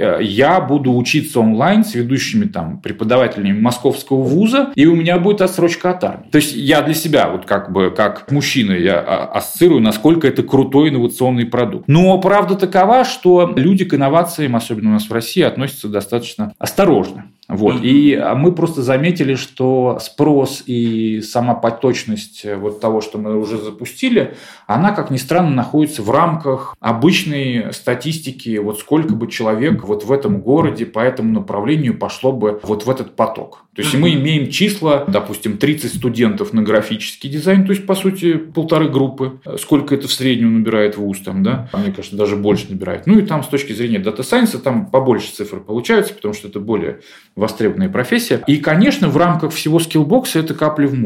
я буду учиться онлайн с ведущими там преподавателями московского вуза, и у меня будет отсрочка от армии. То есть я для себя, вот как бы как мужчина, я ассоциирую, насколько это крутой инновационный продукт. Но правда такова, что люди к инновациям, особенно у нас в России, относятся достаточно осторожно. Вот. Mm-hmm. И мы просто заметили, что спрос и сама поточность вот того, что мы уже запустили, она, как ни странно, находится в рамках обычной статистики, вот сколько бы человек вот в этом городе по этому направлению пошло бы вот в этот поток. То есть mm-hmm. мы имеем числа, допустим, тридцать студентов на графический дизайн, то есть, по сути, полторы группы. Сколько это в среднем набирает вуз там, да? Мне кажется, даже больше набирает. Ну и там с точки зрения дата-сайенса там побольше цифр получаются, потому что это более востребованная профессия. И, конечно, в рамках всего Skillbox это капли в море.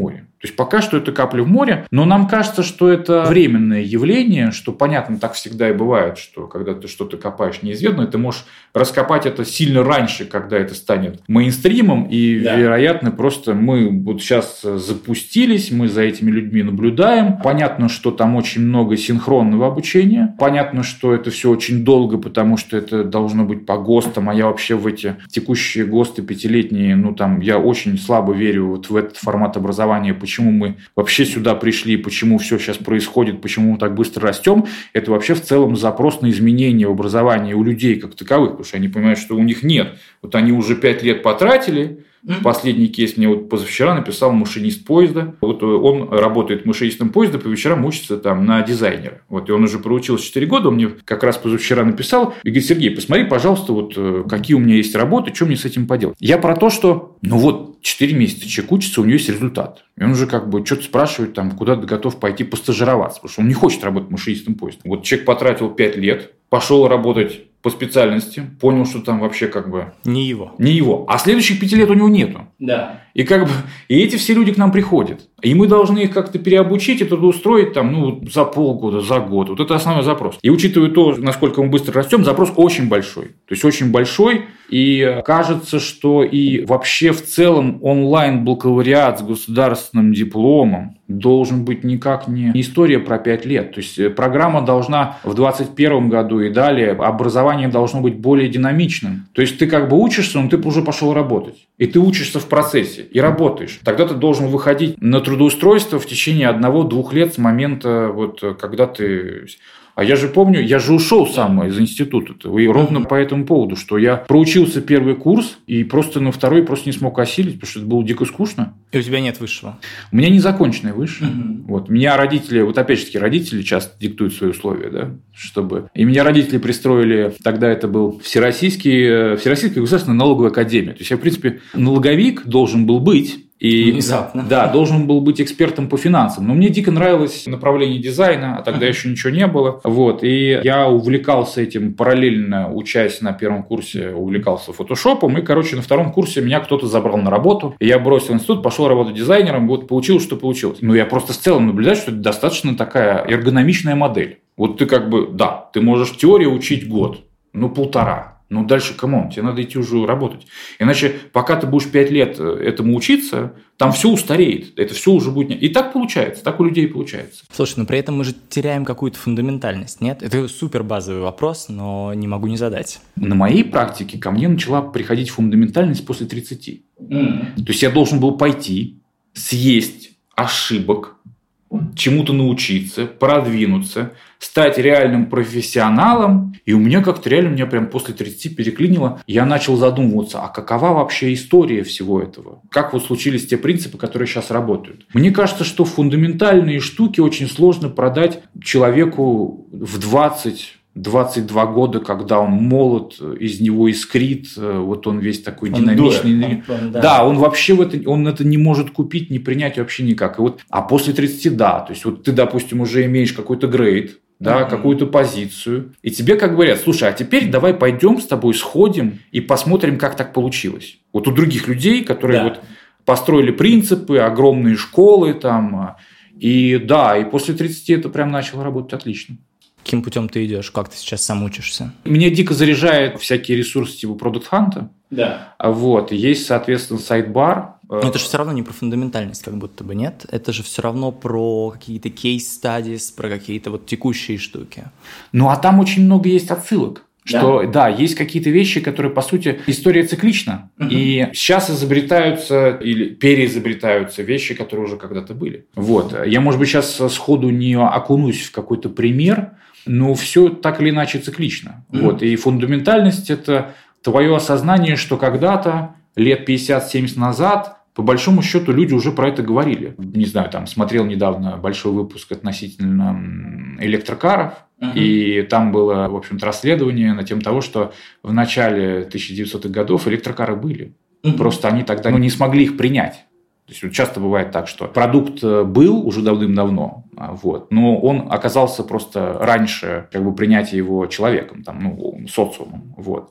То есть пока что это капля в море, но нам кажется, что это временное явление, что, понятно, так всегда и бывает, что когда ты что-то копаешь неизведанное, ты можешь раскопать это сильно раньше, когда это станет мейнстримом, и, да. вероятно, просто мы вот сейчас запустились, мы за этими людьми наблюдаем. Понятно, что там очень много синхронного обучения, понятно, что это все очень долго, потому что это должно быть по ГОСТам, а я вообще в эти текущие ГОСТы пятилетние, ну там, я очень слабо верю вот в этот формат образования, почему мы вообще сюда пришли, почему все сейчас происходит, почему мы так быстро растем, это вообще в целом запрос на изменения в образовании у людей как таковых, потому что они понимают, что у них нет. Вот они уже пять лет потратили. Mm-hmm. Последний кейс мне вот позавчера написал машинист поезда. Вот он работает машинистом поезда, по вечерам учится там на дизайнера. Вот, и он уже проучился четыре года, он мне как раз позавчера написал и говорит: Сергей, посмотри, пожалуйста, вот какие у меня есть работы, что мне с этим поделать. Я про то, что ну вот четыре месяца человек учится, у него есть результат. И он уже как бы что-то спрашивает, там, куда ты готов пойти постажироваться, потому что он не хочет работать машинистом поезда. Вот человек потратил пять лет, пошел работать по специальности, понял, что там вообще как бы... Не его. Не его. А следующих пяти лет у него нету. Да. И как бы... И эти все люди к нам приходят. И мы должны их как-то переобучить и трудоустроить там, ну, за полгода, за год. Вот это основной запрос. И учитывая то, насколько мы быстро растем, запрос очень большой. То есть, очень большой. И кажется, что и вообще в целом онлайн-бакалавриат с государственным дипломом должен быть никак не история про пять лет. То есть, программа должна в двадцать первом году и далее, образование должно быть более динамичным. То есть, ты как бы учишься, но ты уже пошел работать. И ты учишься в процессе и работаешь. Тогда ты должен выходить на трудоустройство в течение одного-двух лет с момента, вот, когда ты... А я же помню, я же ушел сам из института. И ровно по этому поводу, что я проучился первый курс и просто на второй просто не смог осилить, потому что это было дико скучно. И у тебя нет высшего? У меня незаконченное высшее. Угу. Вот. Меня родители, вот опять же таки, родители часто диктуют свои условия, да, чтобы... И меня родители пристроили, тогда это был Всероссийский, Всероссийская государственная налоговая академия. То есть, я, в принципе, налоговик должен был быть. И, внезапно. Да, должен был быть экспертом по финансам. Но мне дико нравилось направление дизайна, а тогда еще ничего не было. Вот, и я увлекался этим параллельно, учась на первом курсе, увлекался фотошопом. И, короче, на втором курсе меня кто-то забрал на работу. И я бросил институт, пошел работать дизайнером. Вот получилось, что получилось. Но я просто в целом наблюдаю, что это достаточно такая эргономичная модель. Вот ты как бы, да, ты можешь в теории учить год, ну полтора. Ну, дальше, камон, тебе надо идти уже работать. Иначе, пока ты будешь пять лет этому учиться, там все устареет. Это все уже будет... И так получается, так у людей получается. Слушай, но при этом мы же теряем какую-то фундаментальность, нет? Это супер базовый вопрос, но не могу не задать. На моей практике ко мне начала приходить фундаментальность после тридцати. Mm. То есть, я должен был пойти, съесть ошибок, чему-то научиться, продвинуться, стать реальным профессионалом. И у меня как-то реально, у меня прям после тридцати переклинило. Я начал задумываться, а какова вообще история всего этого? Как вот случились те принципы, которые сейчас работают? Мне кажется, что фундаментальные штуки очень сложно продать человеку в двадцать двадцать два года, когда он молод, из него искрит, вот он весь такой он динамичный. Дует, он, он, да. да, он вообще в это, он это не может купить, не принять вообще никак. И вот, а после тридцати, да, то есть вот ты, допустим, уже имеешь какой-то грейд, да, mm-hmm. какую-то позицию, и тебе как говорят: слушай, а теперь давай пойдем с тобой сходим и посмотрим, как так получилось. Вот у других людей, которые да. вот построили принципы, огромные школы там, и да, и после тридцати это прям начало работать отлично. Каким путем ты идешь? Как ты сейчас сам учишься? Меня дико заряжает всякие ресурсы типа Product Hunt. Да. Вот. Есть, соответственно, сайт-бар. Но это же все равно не про фундаментальность, как будто бы, нет? Это же все равно про какие-то кейс-стадис, про какие-то вот текущие штуки. Ну, а там очень много есть отсылок. Да? Что, да, есть какие-то вещи, которые, по сути, история циклична. Угу. И сейчас изобретаются или переизобретаются вещи, которые уже когда-то были. Вот. Я, может быть, сейчас сходу не окунусь в какой-то пример, но все так или иначе циклично. Угу. Вот. И фундаментальность – это твое осознание, что когда-то, лет пятьдесят-семьдесят назад, по большому счету, люди уже про это говорили. Не знаю, там, смотрел недавно большой выпуск относительно электрокаров, uh-huh. и там было, в общем-то, расследование на тему того, что в начале тысяча девятисотых годов электрокары были. Uh-huh. Просто они тогда ну, не смогли их принять. То есть, вот часто бывает так, что продукт был уже давным-давно, вот, но он оказался просто раньше как бы, принятия его человеком, там, ну, социумом. Вот.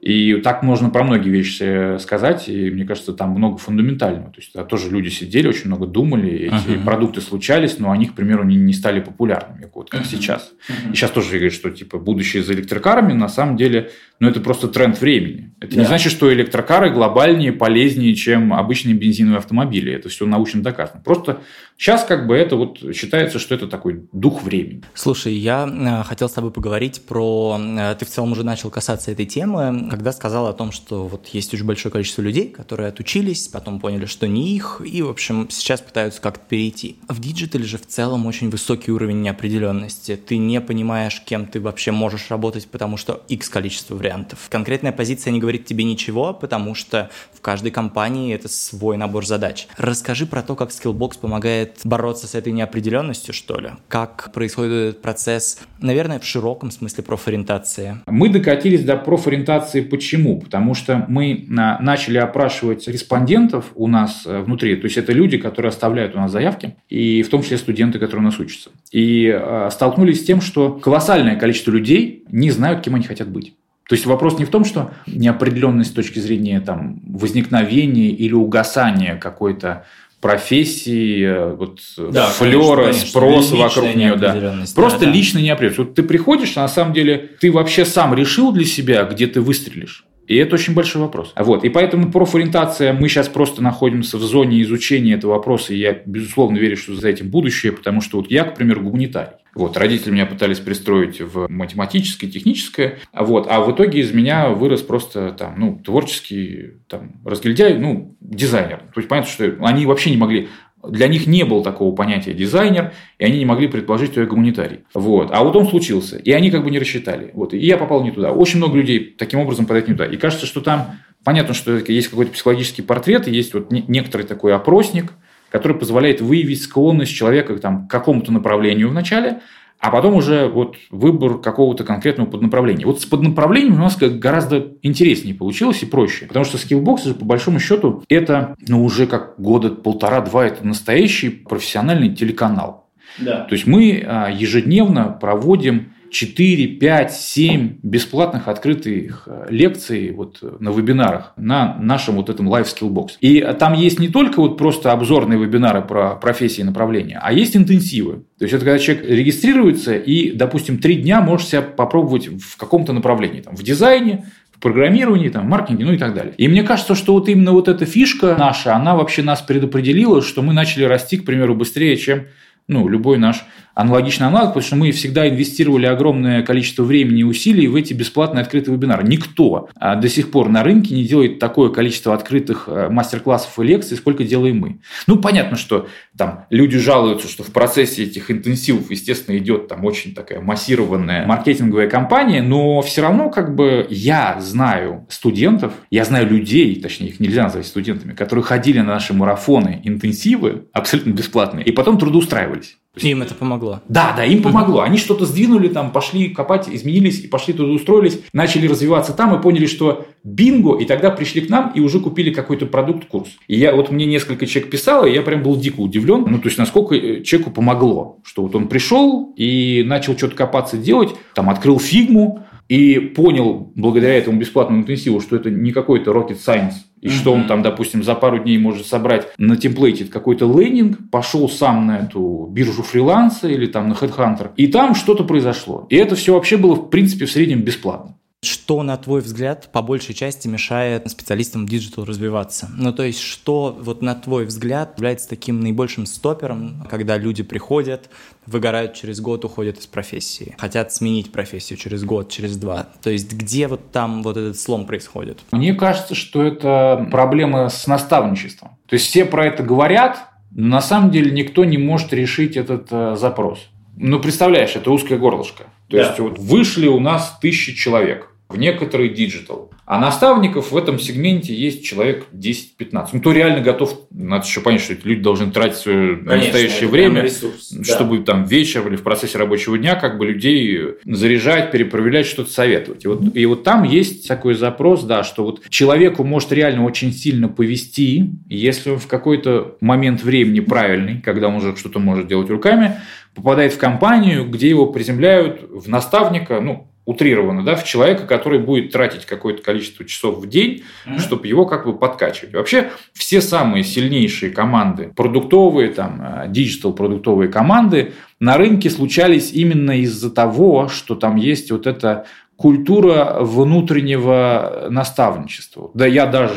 И так можно про многие вещи сказать, и мне кажется, там много фундаментального. То есть да, тоже люди сидели, очень много думали, эти uh-huh. продукты случались, но они, к примеру, не, не стали популярными, вот как uh-huh. сейчас. Uh-huh. И сейчас тоже говорят, что типа будущее за электрокарами, на самом деле, ну, это просто тренд времени. Это yeah. не значит, что электрокары глобальнее, полезнее, чем обычные бензиновые автомобили. Это все научно доказано. Просто сейчас как бы это вот считается, что это такой дух времени. Слушай, я хотел с тобой поговорить про... Ты в целом уже начал касаться этой темы, когда сказал о том, что вот есть очень большое количество людей, которые отучились, потом поняли, что не их, и, в общем, сейчас пытаются как-то перейти. В диджитале же в целом очень высокий уровень неопределенности. Ты не понимаешь, кем ты вообще можешь работать, потому что X количество вариантов. Конкретная позиция не говорит тебе ничего, потому что в каждой компании это свой набор задач. Расскажи про то, как Skillbox помогает бороться с этой неопределенностью, что ли? Как происходит этот процесс, наверное, в широком смысле профориентации? Мы докатились до профориентации почему? Потому что мы начали опрашивать респондентов у нас внутри, то есть это люди, которые оставляют у нас заявки, и в том числе студенты, которые у нас учатся. И столкнулись с тем, что колоссальное количество людей не знают, кем они хотят быть. То есть вопрос не в том, что неопределенность с точки зрения там, возникновения или угасания какой-то профессии, вот, да, флера, конечно, спроса вокруг нее. Да. Просто да, лично да. неопределенность. Вот ты приходишь, а на самом деле ты вообще сам решил для себя, где ты выстрелишь. И это очень большой вопрос. Вот. И поэтому профориентация, мы сейчас просто находимся в зоне изучения этого вопроса, и я, безусловно, верю, что за этим будущее, потому что вот я, к примеру, гуманитарий. Вот, родители меня пытались пристроить в математическое, техническое, вот, а в итоге из меня вырос просто там, ну, творческий там, разгильдяй, ну, дизайнер. То есть, понятно, что они вообще не могли... Для них не было такого понятия дизайнер, и они не могли предположить, что я гуманитарий. Вот. А вот он случился, и они как бы не рассчитали. Вот. И я попал не туда. Очень много людей таким образом подают не туда. И кажется, что там понятно, что есть какой-то психологический портрет, и есть вот некоторый такой опросник, который позволяет выявить склонность человека там, к какому-то направлению вначале, а потом уже вот выбор какого-то конкретного поднаправления. Вот с поднаправлением у нас гораздо интереснее получилось и проще. Потому что Skillbox же, по большому счету, это ну, уже как года полтора-два, это настоящий профессиональный телеканал. Да. То есть мы ежедневно проводим четыре, пять, семь бесплатных открытых лекций вот на вебинарах на нашем вот этом Live Skillbox. И там есть не только вот просто обзорные вебинары про профессии и направления, а есть интенсивы. То есть это когда человек регистрируется и, допустим, три дня может себя попробовать в каком-то направлении, там, в дизайне, в программировании, там, в маркетинге, ну и так далее. И мне кажется, что вот именно вот эта фишка наша, она вообще нас предопределила, что мы начали расти, к примеру, быстрее, чем ну, любой наш аналогичный аналог, потому что мы всегда инвестировали огромное количество времени и усилий в эти бесплатные открытые вебинары. Никто до сих пор на рынке не делает такое количество открытых мастер-классов и лекций, сколько делаем мы. Ну, понятно, что там люди жалуются, что в процессе этих интенсивов, естественно, идет там очень такая массированная маркетинговая кампания, но все равно как бы я знаю студентов, я знаю людей, точнее, их нельзя назвать студентами, которые ходили на наши марафоны, интенсивы, абсолютно бесплатные, и потом трудоустраивались. Им это помогло. Да, да, им помогло. Они что-то сдвинули, там, пошли копать, изменились, и пошли туда устроились, начали развиваться там и поняли, что бинго, и тогда пришли к нам и уже купили какой-то продукт, курс. И я, вот мне несколько человек писало, и я прям был дико удивлен, ну, то есть, насколько человеку помогло, что вот он пришел и начал что-то копаться, делать, там, открыл фигму, и понял, благодаря этому бесплатному интенсиву, что это не какой-то rocket science, и uh-huh. что он там, допустим, за пару дней может собрать на темплейте какой-то лендинг, пошел сам на эту биржу фриланса или там на HeadHunter, и там что-то произошло. И это все вообще было, в принципе, в среднем бесплатно. Что, на твой взгляд, по большей части мешает специалистам диджитал развиваться? Ну, то есть, что, вот на твой взгляд, является таким наибольшим стопером, когда люди приходят, выгорают через год, уходят из профессии, хотят сменить профессию через год, через два? То есть, где вот там вот этот слом происходит? Мне кажется, что это проблема с наставничеством. То есть, все про это говорят, но на самом деле никто не может решить этот э, запрос. Ну, представляешь, это узкое горлышко. То да. есть, вот вышли у нас тысячи человек в некоторый диджитал. А наставников в этом сегменте есть человек десять-пятнадцать. Ну, кто реально готов, надо еще понять, что эти люди должны тратить свое Конечно, настоящее время, ресурс, чтобы да. там вечером или в процессе рабочего дня как бы людей заряжать, перепроверять, что-то советовать. И вот, и вот там есть такой запрос, да, что вот человеку может реально очень сильно повести, если он в какой-то момент времени правильный, когда он уже что-то может делать руками, попадает в компанию, где его приземляют в наставника, ну, утрированно, да, в человека, который будет тратить какое-то количество часов в день, mm-hmm. чтобы его как бы подкачивать. Вообще все самые сильнейшие команды, продуктовые, там, диджитал-продуктовые команды на рынке случались именно из-за того, что там есть вот эта культура внутреннего наставничества. Да, я даже,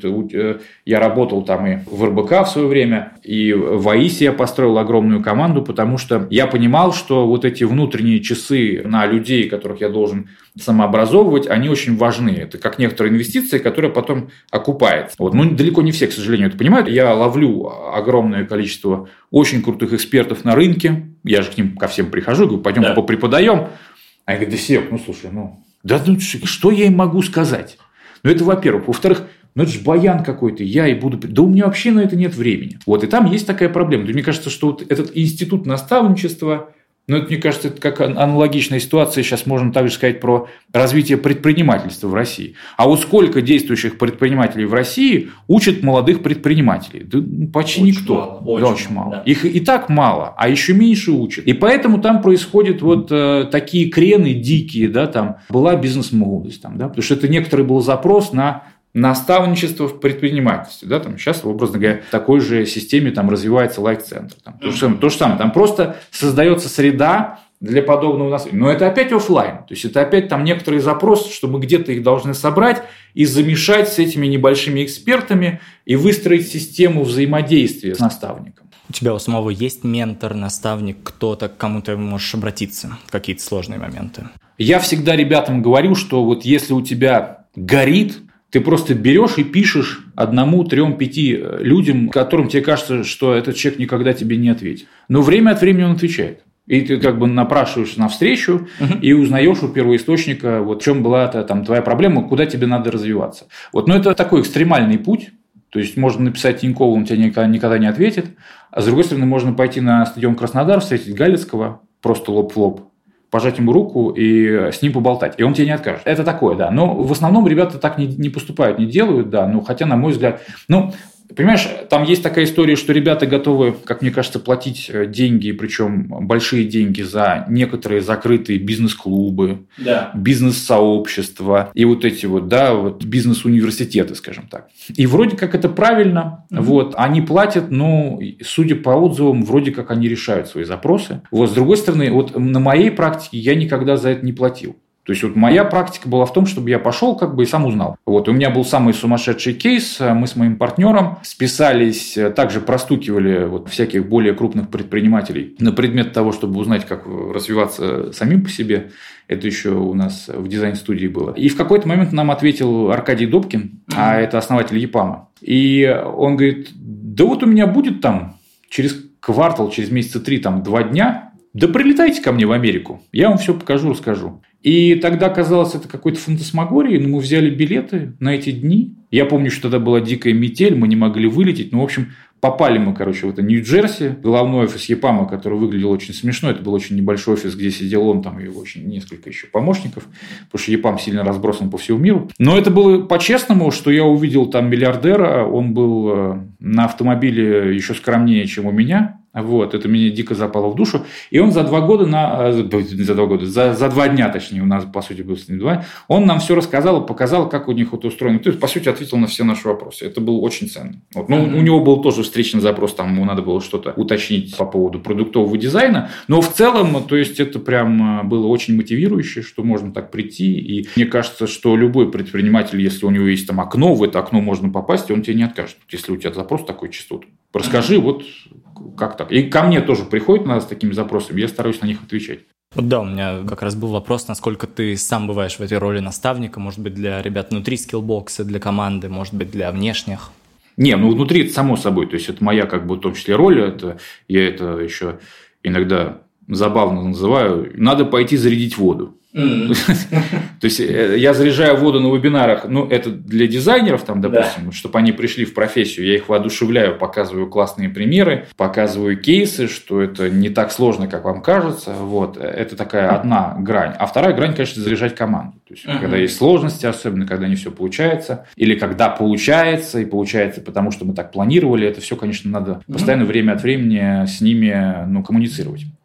я работал там и в эр бэ ка в свое время, и в АИСе я построил огромную команду, потому что я понимал, что вот эти внутренние часы на людей, которых я должен самообразовывать, они очень важны. Это как некоторые инвестиции, которые потом окупаются. Вот. Ну, далеко не все, к сожалению, это понимают. Я ловлю огромное количество очень крутых экспертов на рынке, я же к ним ко всем прихожу, говорю, пойдем да. попреподаем. А я говорю, да, Сев, ну, слушай, ну, да, ну, что я им могу сказать? Ну, это, во-первых. Во-вторых, ну, это же баян какой-то, я и буду... Да у меня вообще на это нет времени. Вот, и там есть такая проблема. Мне кажется, что вот этот институт наставничества, ну, это, мне кажется, это как аналогичная ситуация, сейчас можно также сказать про развитие предпринимательства в России. А вот сколько действующих предпринимателей в России учат молодых предпринимателей? Да почти очень никто. Мало, очень, да, очень мало. Да. Их и так мало, а еще меньше учат. И поэтому там происходят вот э, такие крены дикие, да, там была бизнес-молодость, там, да, потому что это некоторый был запрос на наставничество в предпринимательстве. Да, там сейчас, образно говоря, в такой же системе там, развивается лайф-центр. Там, то, же самое, то же самое. Там просто создается среда для подобного наставничества. Но это опять офлайн. То есть, это опять там некоторые запросы, что мы где-то их должны собрать и замешать с этими небольшими экспертами и выстроить систему взаимодействия с наставником. У тебя у самого есть ментор, наставник, кто-то, к кому ты можешь обратиться в какие-то сложные моменты? Я всегда ребятам говорю, что вот если у тебя горит, ты просто берешь и пишешь одному, трем, пяти людям, которым тебе кажется, что этот человек никогда тебе не ответит. Но время от времени он отвечает. И ты как бы напрашиваешься на встречу uh-huh. и узнаешь у первоисточника, вот в чем была там, твоя проблема, куда тебе надо развиваться. Вот, но это такой экстремальный путь. То есть, можно написать Тинькову, он тебе никогда, никогда не ответит. А с другой стороны, можно пойти на стадион Краснодар, встретить Галицкого, просто лоб в лоб, пожать ему руку и с ним поболтать. И он тебе не откажет. Это такое, да. Но в основном ребята так не, не поступают, не делают, да. Ну, хотя, на мой взгляд... Ну, понимаешь, там есть такая история, что ребята готовы, как мне кажется, платить деньги, причем большие деньги за некоторые закрытые бизнес-клубы, да. бизнес-сообщества и вот эти вот, да, вот бизнес-университеты, скажем так. И вроде как это правильно, mm-hmm. вот, они платят, но, судя по отзывам, вроде как они решают свои запросы. Вот, с другой стороны, вот на моей практике я никогда за это не платил. То есть, вот моя практика была в том, чтобы я пошел как бы и сам узнал. Вот, у меня был самый сумасшедший кейс. Мы с моим партнером списались, также простукивали вот всяких более крупных предпринимателей на предмет того, чтобы узнать, как развиваться самим по себе. Это еще у нас в дизайн-студии было. И в какой-то момент нам ответил Аркадий Добкин, а это основатель ЕПАМа. И он говорит, да вот у меня будет там через квартал, через месяца три, там два дня, да прилетайте ко мне в Америку, я вам все покажу, расскажу. И тогда казалось, это какой-то фантасмагория, но мы взяли билеты на эти дни. Я помню, что тогда была дикая метель, мы не могли вылететь. Ну, в общем, попали мы, короче, в это Нью-Джерси, головной офис ЕПАМа, который выглядел очень смешно. Это был очень небольшой офис, где сидел он, там и очень несколько еще помощников, потому что ЕПАМ сильно разбросан по всему миру. Но это было по-честному, что я увидел там миллиардера, он был на автомобиле еще скромнее, чем у меня. Вот, это меня дико запало в душу. И он за два года, на, за два года, за, за два дня, точнее, у нас, по сути, было с ним два, он нам все рассказал и показал, как у них это устроено. То есть, по сути, ответил на все наши вопросы. Это было очень ценно. Вот. Ну, mm-hmm. У него был тоже встречный запрос, там ему надо было что-то уточнить по поводу продуктового дизайна. Но в целом, то есть, это прям было очень мотивирующе, что можно так прийти. И мне кажется, что любой предприниматель, если у него есть там окно, в это окно можно попасть, и он тебе не откажет. Если у тебя запрос такой чисто, расскажи, mm-hmm. вот как так. И ко мне тоже приходят надо с такими запросами, я стараюсь на них отвечать. Вот да, у меня как раз был вопрос, насколько ты сам бываешь в этой роли наставника, может быть, для ребят внутри скиллбокса, для команды, может быть, для внешних? Не, ну внутри это само собой, то есть это моя как бы в том числе роль, это, я это еще иногда забавно называю, надо пойти зарядить воду. Mm-hmm. То есть, я заряжаю воду на вебинарах, ну, это для дизайнеров, там, допустим, да. чтобы они пришли в профессию, я их воодушевляю, показываю классные примеры, показываю кейсы, что это не так сложно, как вам кажется, вот, это такая одна грань. А вторая грань, конечно, заряжать команду. То есть, mm-hmm. когда есть сложности, особенно когда не все получается, или когда получается, и получается потому, что мы так планировали, это все, конечно, надо mm-hmm. постоянно время от времени с ними, ну, коммуницировать.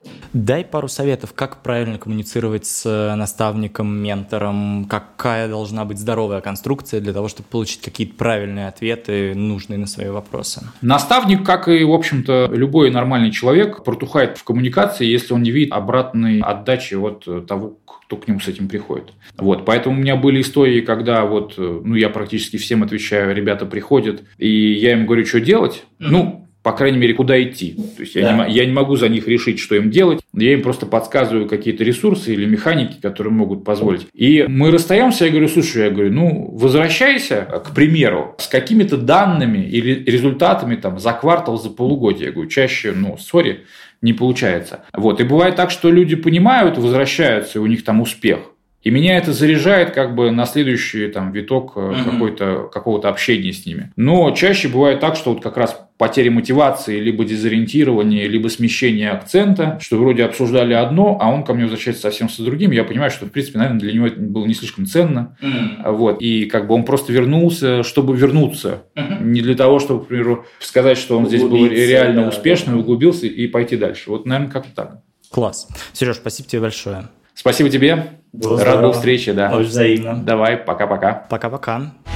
Дай пару советов, как правильно коммуницировать с наставником, ментором, какая должна быть здоровая конструкция для того, чтобы получить какие-то правильные ответы, нужные на свои вопросы. Наставник, как и, в общем-то, любой нормальный человек, протухает в коммуникации, если он не видит обратной отдачи от того, кто к нему с этим приходит. Вот. Поэтому у меня были истории, когда вот, ну, я практически всем отвечаю, ребята приходят, и я им говорю, что делать. Mm-hmm. Ну, по крайней мере, куда идти. То есть, я, да. не, я не могу за них решить, что им делать. Я им просто подсказываю какие-то ресурсы или механики, которые могут позволить. И мы расстаемся, я говорю, слушай, я говорю, ну, возвращайся, к примеру, с какими-то данными или результатами там, за квартал, за полугодие. Я говорю, чаще, ну, сори, не получается. Вот. И бывает так, что люди понимают, возвращаются, и у них там успех. И меня это заряжает как бы на следующий там, виток mm-hmm. какой-то, какого-то общения с ними. Но чаще бывает так, что вот как раз потеря мотивации, либо дезориентирование, либо смещение акцента, что вроде обсуждали одно, а он ко мне возвращается совсем с другим. Я понимаю, что, в принципе, наверное, для него это было не слишком ценно. Mm-hmm. Вот. И как бы он просто вернулся, чтобы вернуться. Mm-hmm. Не для того, чтобы, к примеру, сказать, что он здесь был реально да, успешный, да. углубился и пойти дальше. Вот, наверное, как-то так. Класс. Сереж, спасибо тебе большое. Спасибо тебе. Было Рад был встрече, да. Очень взаимно. Давай, пока-пока. Пока-пока.